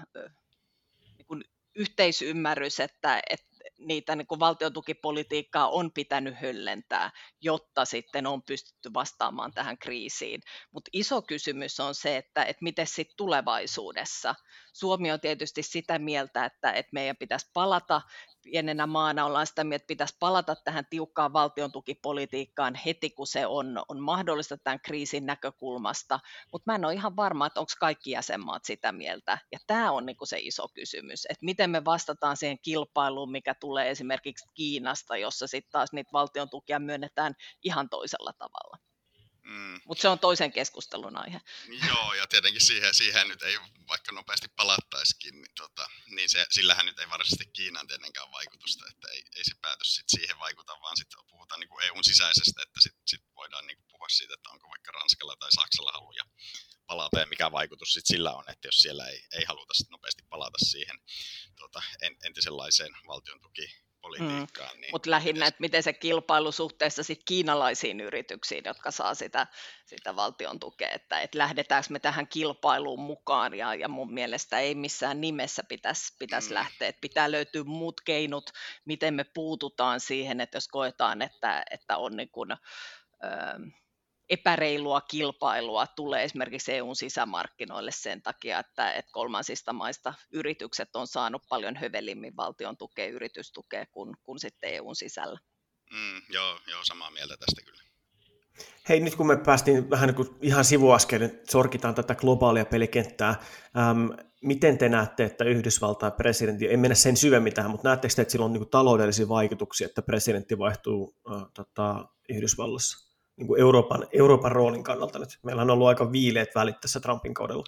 niin kuin yhteisymmärrys, että, että niitä niin kuin valtiontukipolitiikkaa on pitänyt höllentää, jotta sitten on pystytty vastaamaan tähän kriisiin. Mutta iso kysymys on se, että, että miten sitten tulevaisuudessa. Suomi on tietysti sitä mieltä, että, että meidän pitäisi palata, pienenä maana ollaan sitä mieltä, että pitäisi palata tähän tiukkaan valtiontukipolitiikkaan heti, kun se on, on mahdollista tämän kriisin näkökulmasta, mutta mä en ole ihan varma, että onko kaikki jäsenmaat sitä mieltä, ja tämä on niinku se iso kysymys, että miten me vastataan siihen kilpailuun, mikä tulee esimerkiksi Kiinasta, jossa sitten taas niitä valtiontukia myönnetään ihan toisella tavalla. Mm. Mutta se on toisen keskustelun aihe. Joo, ja tietenkin siihen, siihen nyt ei vaikka nopeasti palattaisikin, niin, tota, niin se, sillähän nyt ei varsinaisesti Kiinan tietenkään vaikutusta, että ei, ei se päätös sit siihen vaikuta, vaan sitten puhutaan niin kuin E U:n sisäisestä, että sitten sit voidaan niin kuin puhua siitä, että onko vaikka Ranskalla tai Saksalla haluja palata ja mikä vaikutus sit sillä on, että jos siellä ei, ei haluta sit nopeasti palata siihen tota, entisenlaiseen valtion tuki. Mm. Niin mutta lähinnä, että miten se kilpailu suhteessa sit kiinalaisiin yrityksiin, jotka saa sitä, sitä valtion tukea, että et lähdetäänkö me tähän kilpailuun mukaan, ja, ja mun mielestä ei missään nimessä pitäisi pitäis mm. lähteä, että pitää löytyä muut keinot, miten me puututaan siihen, että jos koetaan, että, että on niin kuin, öö, epäreilua kilpailua tulee esimerkiksi E U:n sisämarkkinoille sen takia, että, että kolmansista maista yritykset on saanut paljon hövelimmin valtion tukea, yritystukea kuin, kuin sitten E U:n sisällä. Mm, joo, joo, samaa mieltä tästä kyllä. Hei, nyt kun me päästiin vähän niin kuin ihan sivuaskelin, sorkitaan tätä globaalia pelikenttää, ähm, miten te näette, että Yhdysvaltain presidentti, ei mennä sen syvemmin tähän, mutta näettekö te, että sillä on niin kuin taloudellisia vaikutuksia, että presidentti vaihtuu äh, tota, Yhdysvallassa? Niin kuin Euroopan, Euroopan roolin kannalta nyt. Meillä on ollut aika viileät välit tässä Trumpin kaudella.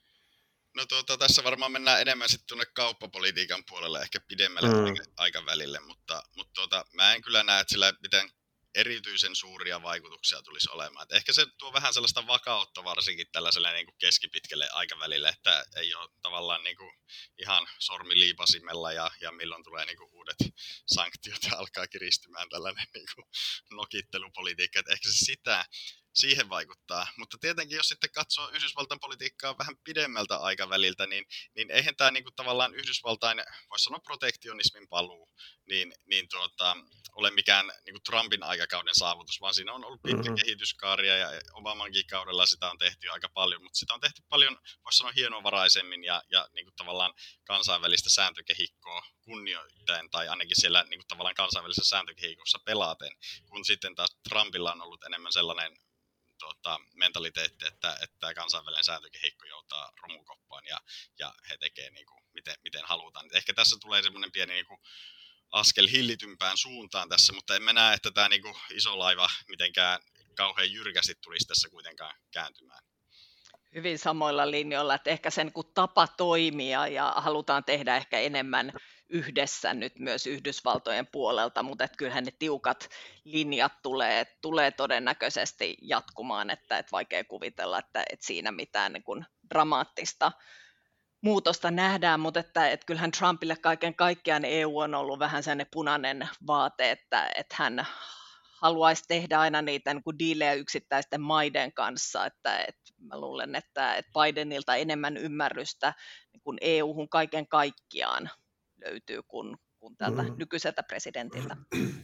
No tuota, tässä varmaan mennään enemmän sitten tuonne kauppapolitiikan puolelle, ehkä pidemmälle mm. aikavälille, mutta, mutta tuota, mä en kyllä näe, että sillä mitään erityisen suuria vaikutuksia tulisi olemaan. Et ehkä se tuo vähän sellaista vakautta varsinkin tällaiselle niin kuin keskipitkälle aikavälille, että ei ole tavallaan niin kuin ihan sormiliipasimella ja, ja milloin tulee niin kuin uudet sanktiot ja alkaa kiristymään tällainen niin kuin nokittelupolitiikka. Et ehkä se sitä siihen vaikuttaa, mutta tietenkin jos sitten katsoo Yhdysvaltain politiikkaa vähän pidemmältä aikaväliltä, niin, niin eihän tämä niin kuin tavallaan Yhdysvaltain, voisi sanoa protektionismin paluu, niin, niin tuota, ole mikään niin kuin Trumpin aikakauden saavutus, vaan siinä on ollut pitkä mm-hmm. kehityskaaria ja Obamankin kaudella sitä on tehty aika paljon, mutta sitä on tehty paljon, voisi sanoa hienovaraisemmin ja, ja niin kuin tavallaan kansainvälistä sääntökehikkoa kunnioittaen tai ainakin siellä niin kuin tavallaan kansainvälisessä sääntökehikossa pelaten, kun sitten taas Trumpilla on ollut enemmän sellainen Tuota, mentaliteetti, että, että kansainvälinen sääntökehikko joutaa romukoppaan ja, ja he tekee niin kuin, miten, miten halutaan. Ehkä tässä tulee semmoinen pieni niin kuin, askel hillitympään suuntaan tässä, mutta en mä näe, että tämä niin kuin, iso laiva mitenkään kauhean jyrkästi tulisi tässä kuitenkaan kääntymään. Hyvin samoilla linjoilla, että ehkä sen niin tapa toimia ja halutaan tehdä ehkä enemmän yhdessä nyt myös Yhdysvaltojen puolelta, mutta että kyllähän ne tiukat linjat tulee, tulee todennäköisesti jatkumaan, että, että vaikea kuvitella, että, että siinä mitään niin kuin dramaattista muutosta nähdään, mutta että, että kyllähän Trumpille kaiken kaikkiaan E U on ollut vähän sellainen punainen vaate, että, että hän haluaisi tehdä aina niitä niin kuin diilejä yksittäisten maiden kanssa, että, että mä luulen, että, että Bidenilta enemmän ymmärrystä niin kuin E U-hun kaiken kaikkiaan löytyy kuin, kuin tältä mm. nykyiseltä presidentiltä.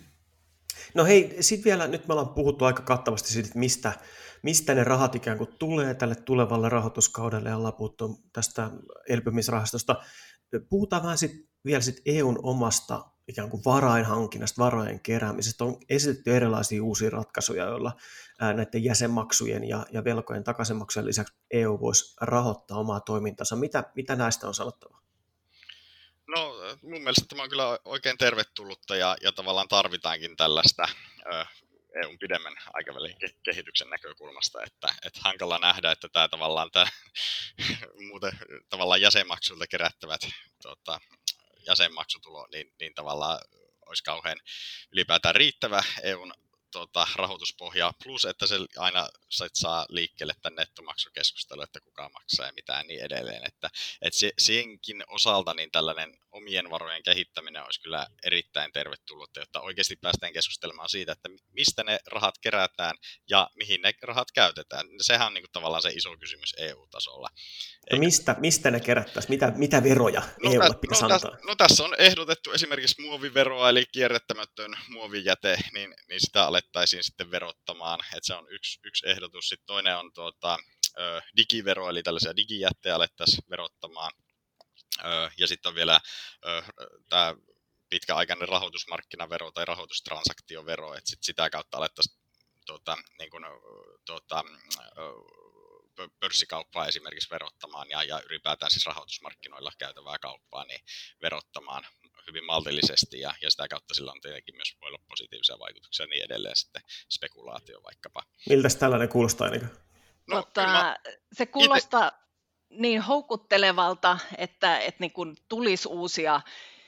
No hei, sitten vielä, nyt me ollaan puhuttu aika kattavasti siitä, että mistä, mistä ne rahat ikään kuin tulee tälle tulevalle rahoituskaudelle, ja ollaan puhuttu tästä elpymisrahastosta. Puhutaan vähän sit, vielä sit E U:n omasta ikään kuin varainhankinnasta, varojen keräämisestä. On esitetty erilaisia uusia ratkaisuja, joilla ää, näiden jäsenmaksujen ja, ja velkojen takaisinmaksujen lisäksi E U voisi rahoittaa omaa toimintansa. Mitä, mitä näistä on sanottava? No mun mielestä tämä on kyllä oikein tervetullutta ja, ja tavallaan tarvitaankin tällaista ö, E U:n pidemmän aikavälin ke- kehityksen näkökulmasta, että et hankala nähdä, että tämä tavallaan tämä muuten tavallaan jäsenmaksuilta kerättävät tota, jäsenmaksutulo, niin, niin tavallaan olisi kauhean ylipäätään riittävä E U:n Tuota, rahoituspohjaa, plus että se aina saa liikkeelle tämän nettomaksukeskustelun, että kuka maksaa ja mitä ja niin edelleen. Että, että se, senkin osalta niin tällainen omien varojen kehittäminen olisi kyllä erittäin tervetullut, jotta oikeasti päästään keskustelemaan siitä, että mistä ne rahat kerätään ja mihin ne rahat käytetään. Sehän on niin kuin tavallaan se iso kysymys E U-tasolla. No mistä, mistä ne kerättäisiin? Mitä, mitä veroja no, E U:lle pitäisi no, antaa? No tässä on ehdotettu esimerkiksi muoviveroa, eli kierrättämätön muovijäte, niin, niin sitä alettaisiin sitten verottamaan. Et se on yksi, yksi ehdotus. Sitten toinen on tuota, ö, digivero, eli tällaisia digijättejä alettaisiin verottamaan. Ö, ja sitten on vielä tämä pitkäaikainen rahoitusmarkkinavero tai rahoitustransaktiovero, että sit sitä kautta alettaisiin tuota, niin kun, tuota, pörssikauppaa esimerkiksi verottamaan ja, ja ylipäätään siis rahoitusmarkkinoilla käytävää kauppaa niin verottamaan hyvin maltillisesti ja, ja sitä kautta sillä on tietenkin myös voi olla positiivisia vaikutuksia ja niin edelleen sitten spekulaatio vaikkapa. Miltäs tällainen kuulostaa Enika? No, tota, mä... Se kuulostaa ite... niin houkuttelevalta, että, että niin kun tulisi uusia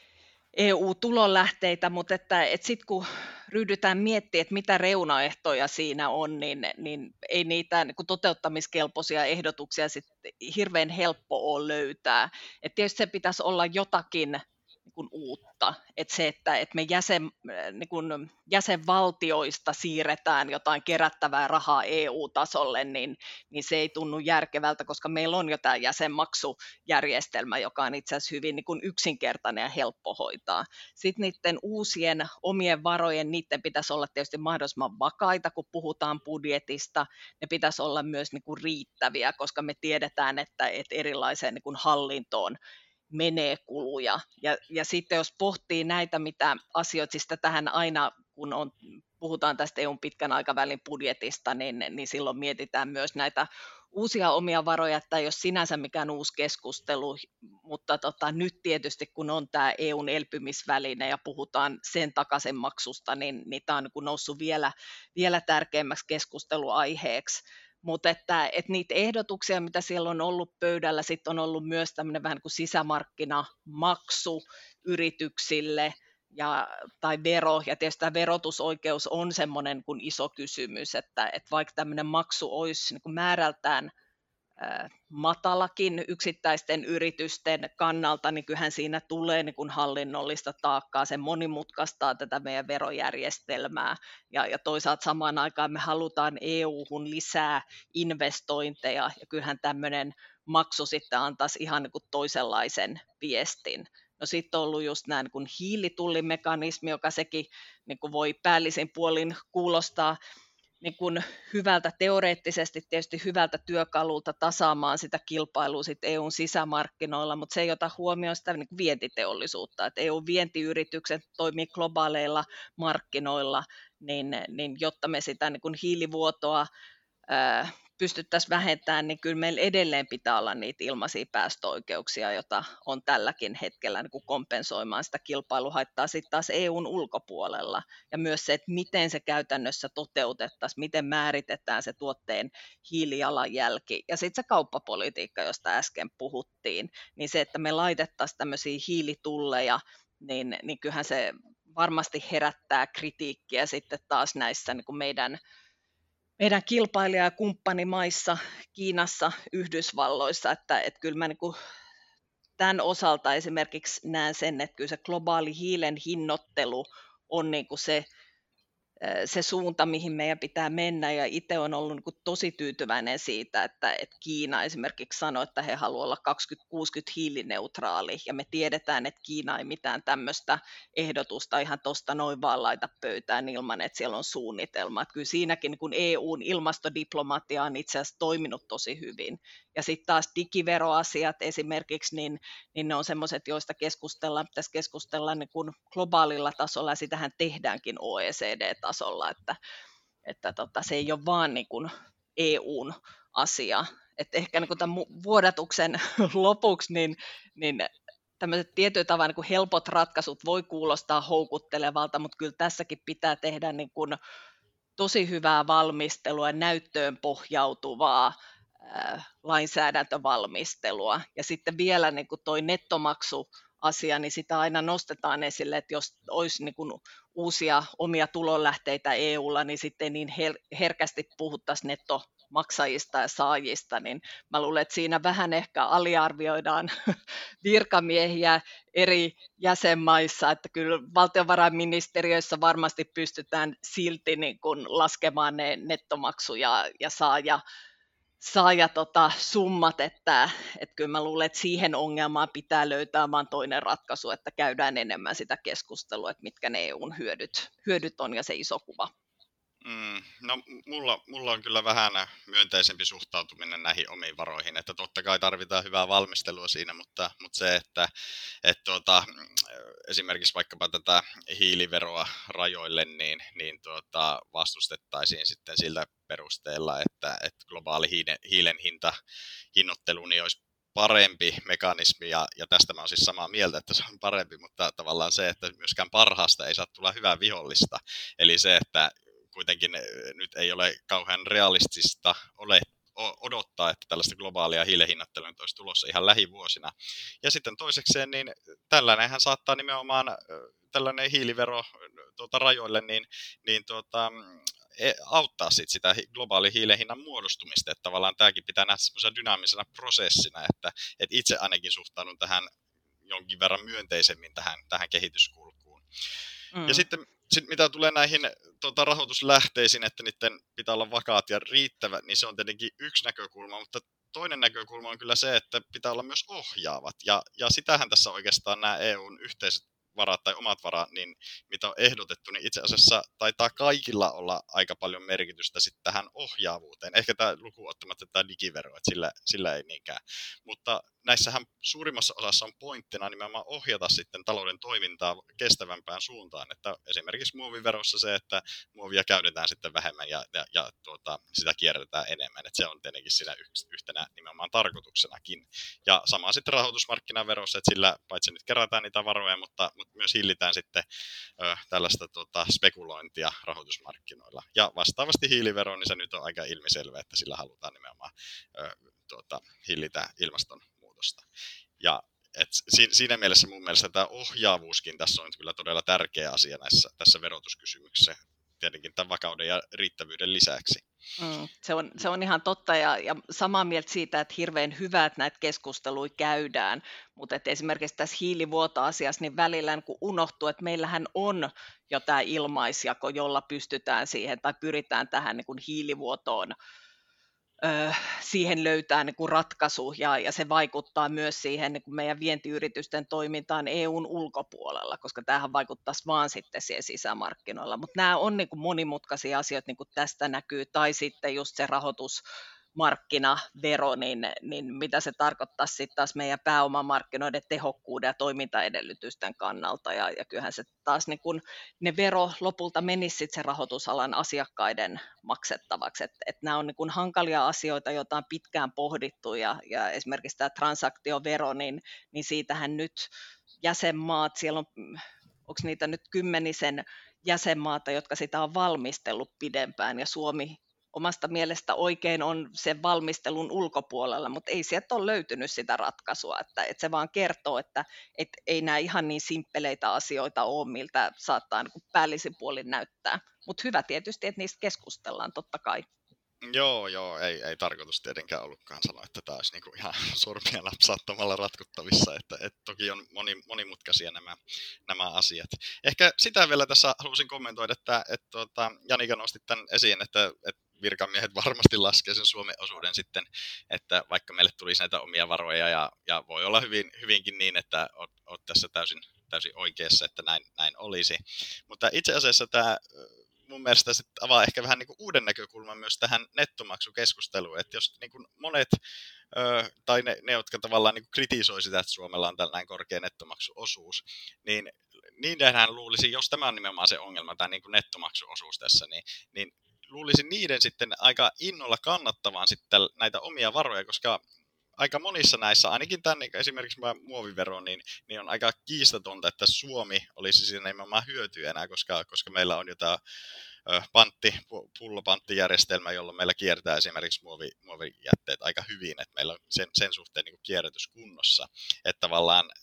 E U-tulonlähteitä, mutta että, että sitten kun ryhdytään miettimään, että mitä reunaehtoja siinä on, niin, niin ei niitä niin kuin toteuttamiskelpoisia ehdotuksia sit hirveän helppo ole löytää. Et tietysti se pitäisi olla jotakin niin kuin uutta, että se, että, että me jäsen, niin kuin jäsenvaltioista siirretään jotain kerättävää rahaa E U-tasolle, niin, niin se ei tunnu järkevältä, koska meillä on jo tämä jäsenmaksujärjestelmä, joka on itse asiassa hyvin niin kuin yksinkertainen ja helppo hoitaa. Sitten niiden uusien omien varojen, niiden pitäisi olla tietysti mahdollisimman vakaita, kun puhutaan budjetista. Ne pitäisi olla myös niin kuin riittäviä, koska me tiedetään, että, että erilaiseen niin kuin hallintoon menee kuluja. Ja, ja sitten jos pohtii näitä, mitä asioita, siis tähän aina, kun on, puhutaan tästä E U:n pitkän aikavälin budjetista, niin, niin silloin mietitään myös näitä uusia omia varoja, että ei ole sinänsä mikään uusi keskustelu, mutta tota, nyt tietysti kun on tämä E U:n elpymisväline ja puhutaan sen takaisinmaksusta, niin, niin tämä on niin kuin noussut vielä, vielä tärkeämmäksi keskusteluaiheeksi. Mutta että, että niitä ehdotuksia, mitä siellä on ollut pöydällä, sitten on ollut myös tämmöinen vähän kuin sisämarkkinamaksu yrityksille ja, tai vero, ja tietysti tämä verotusoikeus on semmoinen kuin iso kysymys, että, että vaikka tämmöinen maksu olisi niin kuin määrältään ää, matalakin yksittäisten yritysten kannalta, niin kyllähän siinä tulee niin kuin hallinnollista taakkaa, se monimutkaistaa tätä meidän verojärjestelmää, ja, ja toisaalta samaan aikaan me halutaan E U-hun lisää investointeja, ja kyllähän tämmöinen maksu sitten antaisi ihan niin kuin toisenlaisen viestin. No sitten on ollut just nämä niin kuin hiilitullimekanismi, joka sekin niin kuin voi päällisin puolin kuulostaa niin kuin hyvältä teoreettisesti, tietysti hyvältä työkalulta tasaamaan sitä kilpailua sit E U:n sisämarkkinoilla, mutta se ei ota huomioon sitä niin kuin vientiteollisuutta, että E U-vientiyritykset toimii globaaleilla markkinoilla, niin, niin jotta me sitä niin kuin hiilivuotoa ää, pystyttäisiin vähentämään, niin kyllä meillä edelleen pitää olla niitä ilmaisia päästöoikeuksia, joita on tälläkin hetkellä niin kuin kompensoimaan sitä kilpailuhaittaa sitten taas E U:n ulkopuolella. Ja myös se, että miten se käytännössä toteutettaisiin, miten määritetään se tuotteen hiilijalanjälki. Ja sitten se kauppapolitiikka, josta äsken puhuttiin, niin se, että me laitettaisiin tämmöisiä hiilitulleja, niin, niin kyllähän se varmasti herättää kritiikkiä sitten taas näissä niin kuin meidän meidän kilpailija- ja kumppanimaissa, Kiinassa, Yhdysvalloissa, että, että kyllä mä niin kuin tämän osalta esimerkiksi näen sen, että kyllä se globaali hiilen hinnoittelu on niin kuin se, se suunta, mihin meidän pitää mennä, ja itse olen ollut niin kuin tosi tyytyväinen siitä, että, että Kiina esimerkiksi sanoi, että he haluavat olla kaksituhattakuusikymmentä hiilineutraali, ja me tiedetään, että Kiina ei mitään tämmöistä ehdotusta ihan tuosta noin vaan laita pöytään ilman, että siellä on suunnitelma. Että kyllä siinäkin niin kuin E U:n ilmastodiplomatia on itse asiassa toiminut tosi hyvin. Ja sitten taas digiveroasiat esimerkiksi, niin, niin ne on semmoiset, joista keskustellaan, pitäisi keskustella niin kuin globaalilla tasolla, ja sitähän tehdäänkin O E C D-tasolla, että, että tota, se ei ole vaan niin kuin E U:n asia. Että ehkä niin kuin tämän vuodatuksen lopuksi, niin, niin tämmöiset tietyllä tavalla niin kuin helpot ratkaisut voi kuulostaa houkuttelevalta, mutta kyllä tässäkin pitää tehdä niin kuin tosi hyvää valmistelua, näyttöön pohjautuvaa lainsäädäntövalmistelua. Ja sitten vielä niin kuin toi nettomaksu asia, niin sitä aina nostetaan esille, että jos olisi niin kuin uusia omia tulonlähteitä E U:lla, niin sitten ei niin her- herkästi puhuttaisi nettomaksajista ja saajista, niin mä luulen, että siinä vähän ehkä aliarvioidaan virkamiehiä eri jäsenmaissa, että kyllä valtiovarainministeriöissä varmasti pystytään silti niin kuin laskemaan ne nettomaksu- ja, ja saaja, saaja tota, summat, että, että kyllä mä luulen, että siihen ongelmaan pitää löytää vaan toinen ratkaisu, että käydään enemmän sitä keskustelua, että mitkä ne E U:n hyödyt, hyödyt on ja se iso kuva. Mm, no mulla, mulla on kyllä vähän myönteisempi suhtautuminen näihin omiin varoihin, että totta kai tarvitaan hyvää valmistelua siinä, mutta, mutta se, että et tuota, esimerkiksi vaikkapa tätä hiiliveroa rajoille, niin, niin tuota, vastustettaisiin sitten sillä perusteella, että, että globaali hiilen, hiilen hinta, hinnoittelu niin olisi parempi mekanismi, ja, ja tästä mä oon siis samaa mieltä, että se on parempi, mutta tavallaan se, että myöskään parhaasta ei saa tulla hyvää vihollista, eli se, että kuitenkin nyt ei ole kauhean realistista ole, odottaa, että tällaista globaalia hiilenhinnoittelua olisi tulossa ihan lähivuosina. Ja sitten toisekseen, niin tällainenhän saattaa nimenomaan, tällainen hiilivero tuota, rajoille, niin, niin tuota, auttaa sit sitä globaalin hiilenhinnan muodostumista, että tavallaan tämäkin pitää nähdä semmoisena dynaamisena prosessina, että, että itse ainakin suhtaudun tähän jonkin verran myönteisemmin tähän, tähän kehityskulkuun. Mm. Ja sitten Sitten mitä tulee näihin tuota, rahoituslähteisiin, että niiden pitää olla vakaat ja riittävät, niin se on tietenkin yksi näkökulma, mutta toinen näkökulma on kyllä se, että pitää olla myös ohjaavat. Ja, ja sitähän tässä oikeastaan nämä E U:n yhteiset varat tai omat varat, niin mitä on ehdotettu, niin itse asiassa taitaa kaikilla olla aika paljon merkitystä sitten tähän ohjaavuuteen. Ehkä tämä luku ottamatta tämä digivero, että sillä, sillä ei niinkään. Mutta näissähän suurimmassa osassa on pointtina nimenomaan ohjata sitten talouden toimintaa kestävämpään suuntaan. Että esimerkiksi muoviverossa se, että muovia käytetään sitten vähemmän ja, ja, ja tuota, sitä kierrätetään enemmän. Että se on tietenkin siinä yhtenä nimenomaan tarkoituksenakin. Ja sama sitten rahoitusmarkkinaverossa, että sillä paitsi nyt kerätään niitä varoja, mutta, mutta myös hillitään sitten ö, tällaista tuota, spekulointia rahoitusmarkkinoilla. Ja vastaavasti hiilivero, niin se nyt on aika ilmiselvä, että sillä halutaan nimenomaan ö, tuota, hillitä ilmastonmuutosta. Ja et siinä mielessä mun mielestä tämä ohjaavuuskin tässä on kyllä todella tärkeä asia näissä, tässä verotuskysymyksessä, tietenkin tämän vakauden ja riittävyyden lisäksi. Mm, se, on, se on ihan totta ja, ja samaa mieltä siitä, että hirveän hyvä, että näitä keskusteluja käydään, mutta että esimerkiksi tässä hiilivuoto-asiassa niin välillä niin kun unohtuu, että meillähän on jo tämä ilmaisjako, jolla pystytään siihen tai pyritään tähän niin kun hiilivuotoon siihen löytää niin kuin ratkaisu ja, ja se vaikuttaa myös siihen niin kuin meidän vientiyritysten toimintaan E U:n ulkopuolella, koska tämähän vaikuttaisi vaan sitten siihen sisämarkkinoilla, mutta nämä on niin kuin monimutkaisia asioita, niin kuin tästä näkyy, tai sitten just se rahoitusmarkkinavero, niin, niin mitä se tarkoittaa sitten taas meidän pääomamarkkinoiden tehokkuuden ja toimintaedellytysten kannalta, ja, ja kyllähän se taas niin kuin ne vero lopulta menisi sitten se rahoitusalan asiakkaiden maksettavaksi, että et nämä on niin kuin hankalia asioita, joita on pitkään pohdittu, ja, ja esimerkiksi tämä transaktiovero, niin, niin siitähän nyt jäsenmaat, siellä on, onko niitä nyt kymmenisen jäsenmaata, jotka sitä on valmistellut pidempään, ja Suomi omasta mielestä oikein on sen valmistelun ulkopuolella, mutta ei sieltä ole löytynyt sitä ratkaisua, että, että se vaan kertoo, että, että ei nämä ihan niin simppeleitä asioita ole, miltä saattaa niin kuin päällisin puolin näyttää, mutta hyvä tietysti, että niistä keskustellaan totta kai. Joo, joo, ei, ei tarkoitus tietenkään ollutkaan sanoa, että tämä olisi niinku ihan sormia napsauttamalla ratkottavissa, että, että toki on moni, monimutkaisia nämä, nämä asiat. Ehkä sitä vielä tässä halusin kommentoida, että, että tuota, Janika nosti tämän esiin, että, että virkamiehet varmasti laskee sen Suomen osuuden sitten, että vaikka meille tulisi näitä omia varoja, ja, ja voi olla hyvin, hyvinkin niin, että olet, olet tässä täysin, täysin oikeassa, että näin, näin olisi. Mutta itse asiassa tämä mun mielestä se avaa ehkä vähän niin kuin uuden näkökulman myös tähän nettomaksukeskusteluun, että jos niin kuin monet, ö, tai ne, ne, jotka tavallaan niin kuin kritisoi sitä, että Suomella on tällainen korkea nettomaksuosuus, niin niidenhän luulisi, jos tämä on nimenomaan se ongelma, tämä niin kuin nettomaksuosuus tässä, niin, niin luulisin niiden sitten aika innolla kannattavan sitten näitä omia varoja, koska aika monissa näissä, ainakin tämän esimerkiksi muovivero, niin, niin on aika kiistatonta, että Suomi olisi siinä nimenomaan hyötyjänä, koska, koska meillä on jo tämä pantti, pullopanttijärjestelmä, jolloin meillä kiertää esimerkiksi muovi, muovijätteet aika hyvin, että meillä on sen, sen suhteen niin kuin kierrätys kunnossa. Että tavallaan, että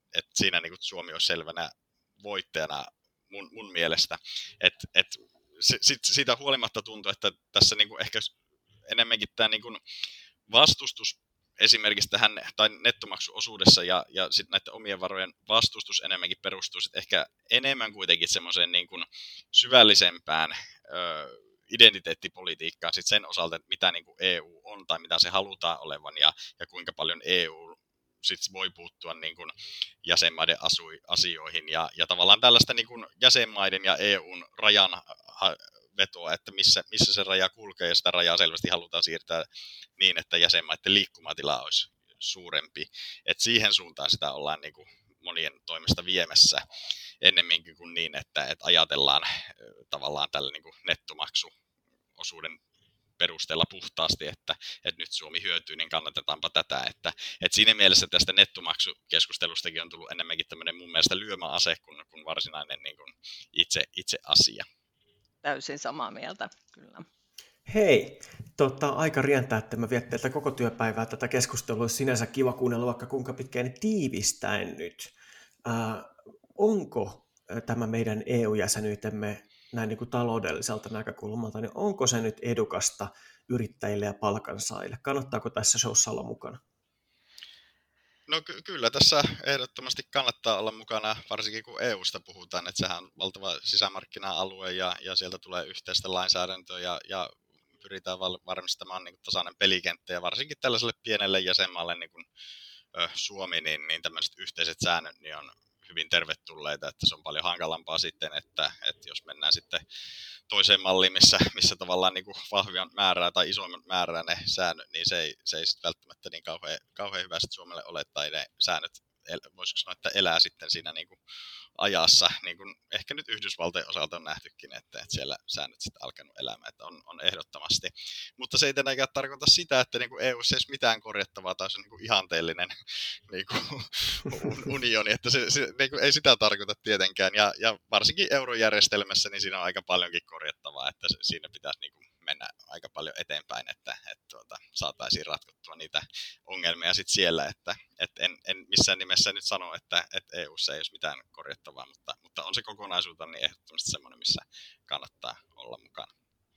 et siinä niin kuin Suomi olisi selvänä voittajana mun, mun mielestä. Et, et, sit, siitä huolimatta tuntuu, että tässä niin kuin ehkä enemmänkin tämä niin kuin vastustus esimerkiksi tähän tai nettomaksuosuudessa ja, ja sitten näiden omien varojen vastustus enemmänkin perustuu sit ehkä enemmän kuitenkin semmoiseen niin kuin syvällisempään ö, identiteettipolitiikkaan sit sen osalta, että mitä niin kuin E U on tai mitä se halutaan olevan ja, ja kuinka paljon E U sit voi puuttua niin kuin jäsenmaiden asui, asioihin ja, ja tavallaan tällaista niin kuin jäsenmaiden ja E U:n rajan ha, vetoa, että missä, missä se raja kulkee ja sitä rajaa selvästi halutaan siirtää niin, että jäsenmaiden liikkumatila olisi suurempi. Et siihen suuntaan sitä ollaan niin kuin monien toimesta viemässä ennemminkin kuin niin, että, että ajatellaan tavallaan tällä niin kuin nettomaksuosuuden perusteella puhtaasti, että, että nyt Suomi hyötyy, niin kannatetaanpa tätä. Että, että siinä mielessä tästä nettomaksukeskustelustakin on tullut enemmänkin tämmöinen mun mielestä lyömäase kuin, kuin varsinainen niin kuin itse, itse asia. Täysin samaa mieltä, kyllä. Hei, tota, aika rientää, että mä vien teiltä koko työpäivää tätä keskustelua. Olisi sinänsä kiva kuunnella vaikka kuinka pitkään tiivistäen nyt. Äh, onko tämä meidän E U-jäsenyytemme näin niin kuin taloudelliselta näkökulmalta, niin onko se nyt edukasta yrittäjille ja palkansaajille? Kannattaako tässä showssa olla mukana? No ky- kyllä tässä ehdottomasti kannattaa olla mukana, varsinkin kun E U:sta puhutaan, että sehän on valtava sisämarkkina-alue ja, ja sieltä tulee yhteistä lainsäädäntöä ja, ja pyritään val- varmistamaan niin kuin tasainen pelikenttä ja varsinkin tällaiselle pienelle jäsenmaalle niin kuin ö, Suomi, niin, niin tämmöiset yhteiset säännöt niin on hyvin tervetulleita, että se on paljon hankalampaa sitten, että, että jos mennään sitten toiseen malliin, missä, missä tavallaan niin kuin vahvimmat määrää tai isommat määrää ne säännöt, niin se ei, se ei sitten välttämättä niin kauhean, kauhean hyvä sitten Suomelle ole, tai ne säännöt, voisiko sanoa, että elää sitten siinä niin kuin ajassa, niin kuin ehkä nyt Yhdysvaltojen osalta on nähtykin, että, että siellä säännöt sitten alkanut elämään, että on, on ehdottomasti. Mutta se ei tietenkään tarkoita sitä, että niin kuin E U:ssa ei olisi mitään korjattavaa tai se on niin kuin ihanteellinen niin kuin unioni, että se, se niin kuin ei sitä tarkoita tietenkään. Ja, ja varsinkin eurojärjestelmässä, niin siinä on aika paljonkin korjattavaa, että se, siinä pitäisi niin kuin mennä aika paljon eteenpäin, että, että tuota, saataisiin ratkottua niitä ongelmia sitten siellä, että, että en, en missään nimessä nyt sano, että, että E U:ssa ei olisi mitään korjattavaa, mutta, mutta on se kokonaisuutta niin ehdottomasti semmoinen, missä kannattaa olla mukana.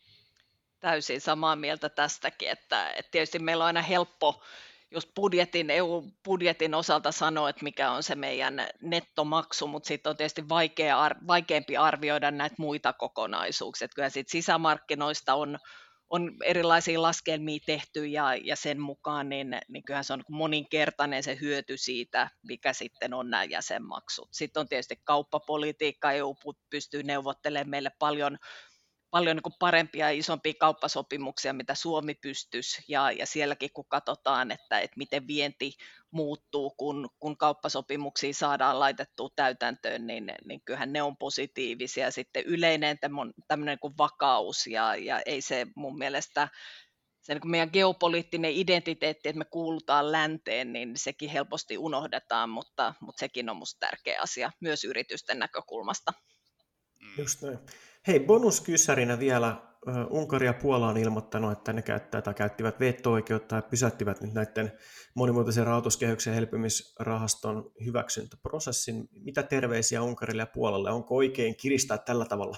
Täysin samaa mieltä tästäkin, että, että tietysti meillä on aina helppo just budjetin, E U-budjetin osalta sanoa, että mikä on se meidän nettomaksu, mutta sitten on tietysti vaikea, vaikeampi arvioida näitä muita kokonaisuuksia. Että kyllä siitä sisämarkkinoista on, on erilaisia laskelmia tehty ja, ja sen mukaan niin, niin kyllähän se on moninkertainen se hyöty siitä, mikä sitten on nämä jäsenmaksut. Sitten on tietysti kauppapolitiikka, E U pystyy neuvottelemaan meille paljon paljon niin kuin parempia ja isompia kauppasopimuksia, mitä Suomi pystyisi, ja, ja sielläkin kun katsotaan, että, että miten vienti muuttuu, kun, kun kauppasopimuksia saadaan laitettua täytäntöön, niin, niin kyllähän ne on positiivisia. Sitten yleinen tämmöinen niin kuin vakaus, ja, ja ei se mun mielestä, se niin kuin meidän geopoliittinen identiteetti, että me kuulutaan länteen, niin sekin helposti unohdetaan, mutta, mutta sekin on musta tärkeä asia myös yritysten näkökulmasta. Just näin. Hei, bonuskysärinä vielä. Unkari ja Puola on ilmoittanut, että ne käyttää tai käyttivät veto-oikeutta ja pysäyttivät nyt näiden monimuotoisen rahoituskehyksen elpymisrahaston hyväksyntäprosessin. Mitä terveisiä Unkarille ja Puolalle? Onko oikein kiristää tällä tavalla?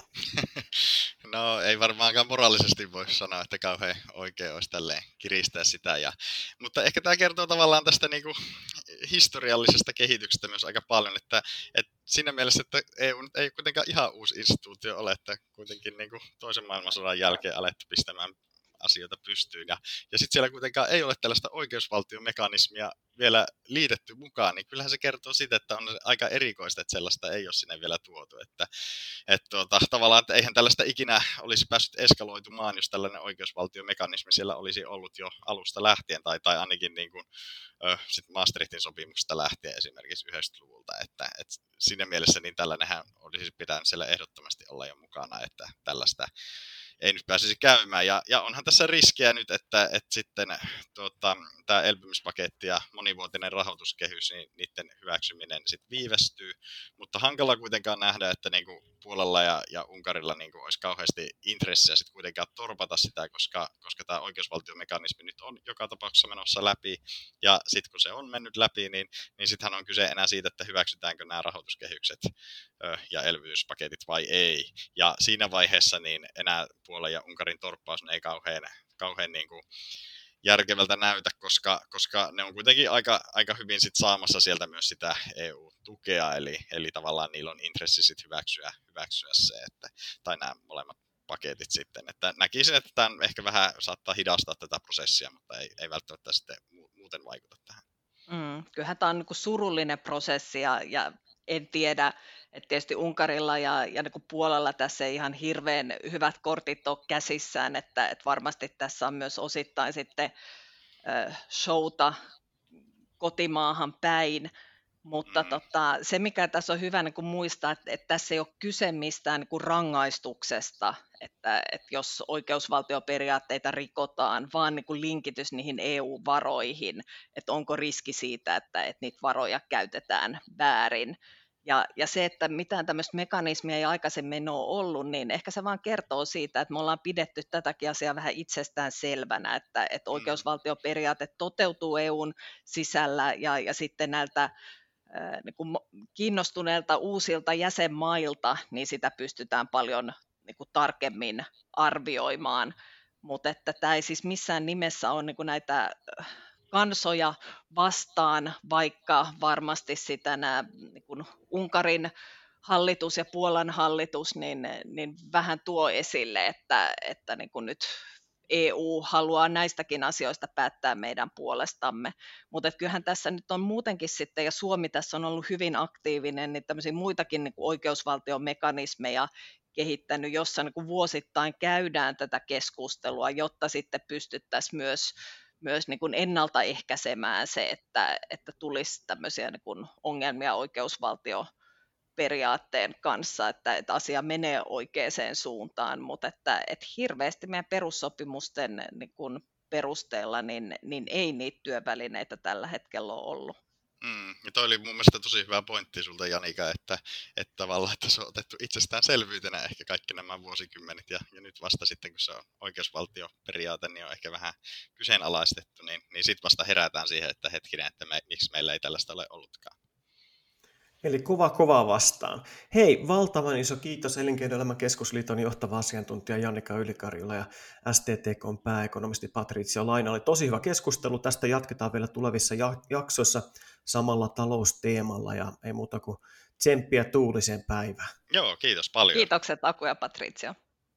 No ei varmaankaan moraalisesti voi sanoa, että kauhean oikein olisi tälleen kiristää sitä. Ja, mutta ehkä tämä kertoo tavallaan tästä niinku historiallisesta kehityksestä myös aika paljon, että, että siinä mielessä, että E U ei kuitenkaan ihan uusi instituutio ole, että kuitenkin niinku toisen maailmansodan jälkeen alettu pistämään asioita pystyyn. Ja, ja sitten siellä kuitenkaan ei ole tällaista oikeusvaltiomekanismia vielä liitetty mukaan, niin kyllähän se kertoo siitä, että on aika erikoista, että sellaista ei ole sinne vielä tuotu. Että, että tuota, tavallaan, että eihän tällaista ikinä olisi päässyt eskaloitumaan, jos tällainen oikeusvaltiomekanismi siellä olisi ollut jo alusta lähtien, tai, tai ainakin niin kuin, ö, sit Maastrichtin sopimuksesta lähtien esimerkiksi yhdeksänkymmentäluvulta. Että, että siinä mielessä niin tällainenhän olisi pitänyt siellä ehdottomasti olla jo mukana, että tällaista ei nyt pääsisi käymään. Ja, ja onhan tässä riskiä nyt, että, että sitten tuota, tämä elpymispaketti ja monivuotinen rahoituskehys, niin niiden hyväksyminen sitten viivästyy. Mutta hankala kuitenkaan nähdä, että niinku Puolalla ja, ja Unkarilla niin kuin olisi kauheasti intressiä sitten kuitenkaan torpata sitä, koska, koska tämä oikeusvaltiomekanismi nyt on joka tapauksessa menossa läpi, ja sitten kun se on mennyt läpi, niin, niin sittenhän on kyse enää siitä, että hyväksytäänkö nämä rahoituskehykset ö, ja elvytyspaketit vai ei. Ja siinä vaiheessa niin enää Puolan ja Unkarin torppaus ei kauhean, kauhean niin kuin järkevältä näytä, koska, koska ne on kuitenkin aika, aika hyvin sit saamassa sieltä myös sitä E U-tukea, eli, eli tavallaan niillä on intressi sit hyväksyä, hyväksyä se, että, tai nämä molemmat paketit sitten. Että näkisin, että tämä ehkä vähän saattaa hidastaa tätä prosessia, mutta ei, ei välttämättä sitten muuten vaikuta tähän. Mm, kyllähän tämä on niin kuin surullinen prosessi ja, ja en tiedä, että tietysti Unkarilla ja, ja niin kuin Puolalla tässä ei ihan hirveän hyvät kortit ole käsissään, että, että varmasti tässä on myös osittain sitten äh, showta kotimaahan päin, mutta Mm. tota, se mikä tässä on hyvä niin kuin muistaa, että, että tässä ei ole kyse mistään niin kuin rangaistuksesta, että, että jos oikeusvaltioperiaatteita rikotaan, vaan niin kuin linkitys niihin E U-varoihin, että onko riski siitä, että, että niitä varoja käytetään väärin. Ja, ja se, että mitään tämmöistä mekanismia ei aikaisemmin ole ollut, niin ehkä se vaan kertoo siitä, että me ollaan pidetty tätäkin asiaa vähän itsestään selvänä, että, että oikeusvaltioperiaate toteutuu E U:n sisällä ja, ja sitten näiltä äh, niin kuin kiinnostuneilta uusilta jäsenmailta, niin sitä pystytään paljon niin kuin tarkemmin arvioimaan, mutta että tämä ei siis missään nimessä ole niin kuin näitä kansoja vastaan, vaikka varmasti sitä nämä niin kuin Unkarin hallitus ja Puolan hallitus niin, niin vähän tuo esille, että, että niin kuin nyt E U haluaa näistäkin asioista päättää meidän puolestamme, mutta kyllähän tässä nyt on muutenkin sitten, ja Suomi tässä on ollut hyvin aktiivinen, niin tämmöisiä muitakin niin kuin oikeusvaltiomekanismeja kehittänyt, jossa niin kuin vuosittain käydään tätä keskustelua, jotta sitten pystyttäisiin myös myös niin kuin ennaltaehkäisemään se, että, että tulisi tämmöisiä niin kuin ongelmia oikeusvaltioperiaatteen kanssa, että, että asia menee oikeaan suuntaan, mutta että, että hirveästi meidän perussopimusten niin kuin perusteella niin, niin ei niitä työvälineitä tällä hetkellä ole ollut. Mm, ja toi oli mun mielestä tosi hyvä pointti sulta, Janika, että, että tavallaan että se on otettu itsestäänselvyytenä ehkä kaikki nämä vuosikymmenet, ja, ja nyt vasta sitten, kun se on oikeusvaltioperiaate, niin on ehkä vähän kyseenalaistettu, niin, niin sitten vasta herätään siihen, että hetkinen, että me, miksi meillä ei tällaista ole ollutkaan. Eli kova kovaa vastaan. Hei, valtavan iso kiitos Elinkeinoelämän keskusliiton johtava asiantuntija Jannika Ylikarjula ja S T T K:n pääekonomisti Patricio Laine. Oli tosi hyvä keskustelu. Tästä jatketaan vielä tulevissa jaksoissa samalla talousteemalla ja ei muuta kuin tsemppiä tuuliseen päivään. Joo, kiitos paljon. Kiitokset Aku ja Patricio.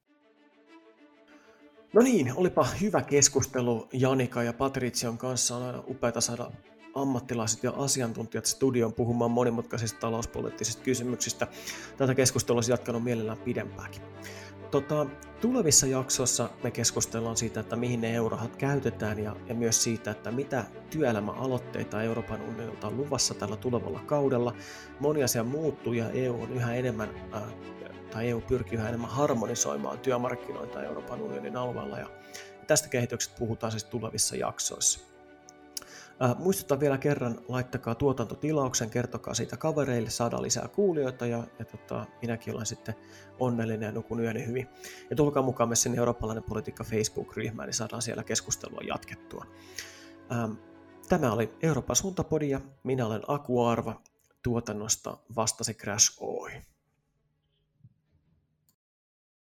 No niin, olipa hyvä keskustelu Janika ja Patricion kanssa. On aina upeata saada ammattilaiset ja asiantuntijat studioon puhumaan monimutkaisista talouspoliittisista kysymyksistä. Tätä keskustelua olisi jatkanut mielellään pidempäänkin. Tota, tulevissa jaksoissa me keskustellaan siitä, että mihin ne eurorahat käytetään ja, ja myös siitä, että mitä työelämäaloitteita Euroopan unionilta on luvassa tällä tulevalla kaudella. Moni asia muuttuu ja E U on yhä enemmän, äh, tai E U pyrkii yhä enemmän harmonisoimaan työmarkkinoita Euroopan unionin alueella ja tästä kehityksestä puhutaan siis tulevissa jaksoissa. Äh, muistutan vielä kerran, laittakaa tuotantotilauksen, kertokaa siitä kavereille, saadaan lisää kuulijoita ja, ja tota, minäkin olen sitten onnellinen ja nukun yöni hyvin. Ja tulkaa mukaan myös sinne Eurooppalainen politiikka Facebook-ryhmään, niin saadaan siellä keskustelua jatkettua. Ähm, tämä oli Euroopan suuntapodi ja minä olen Aku Arva, tuotannosta vastasi Crash Oy.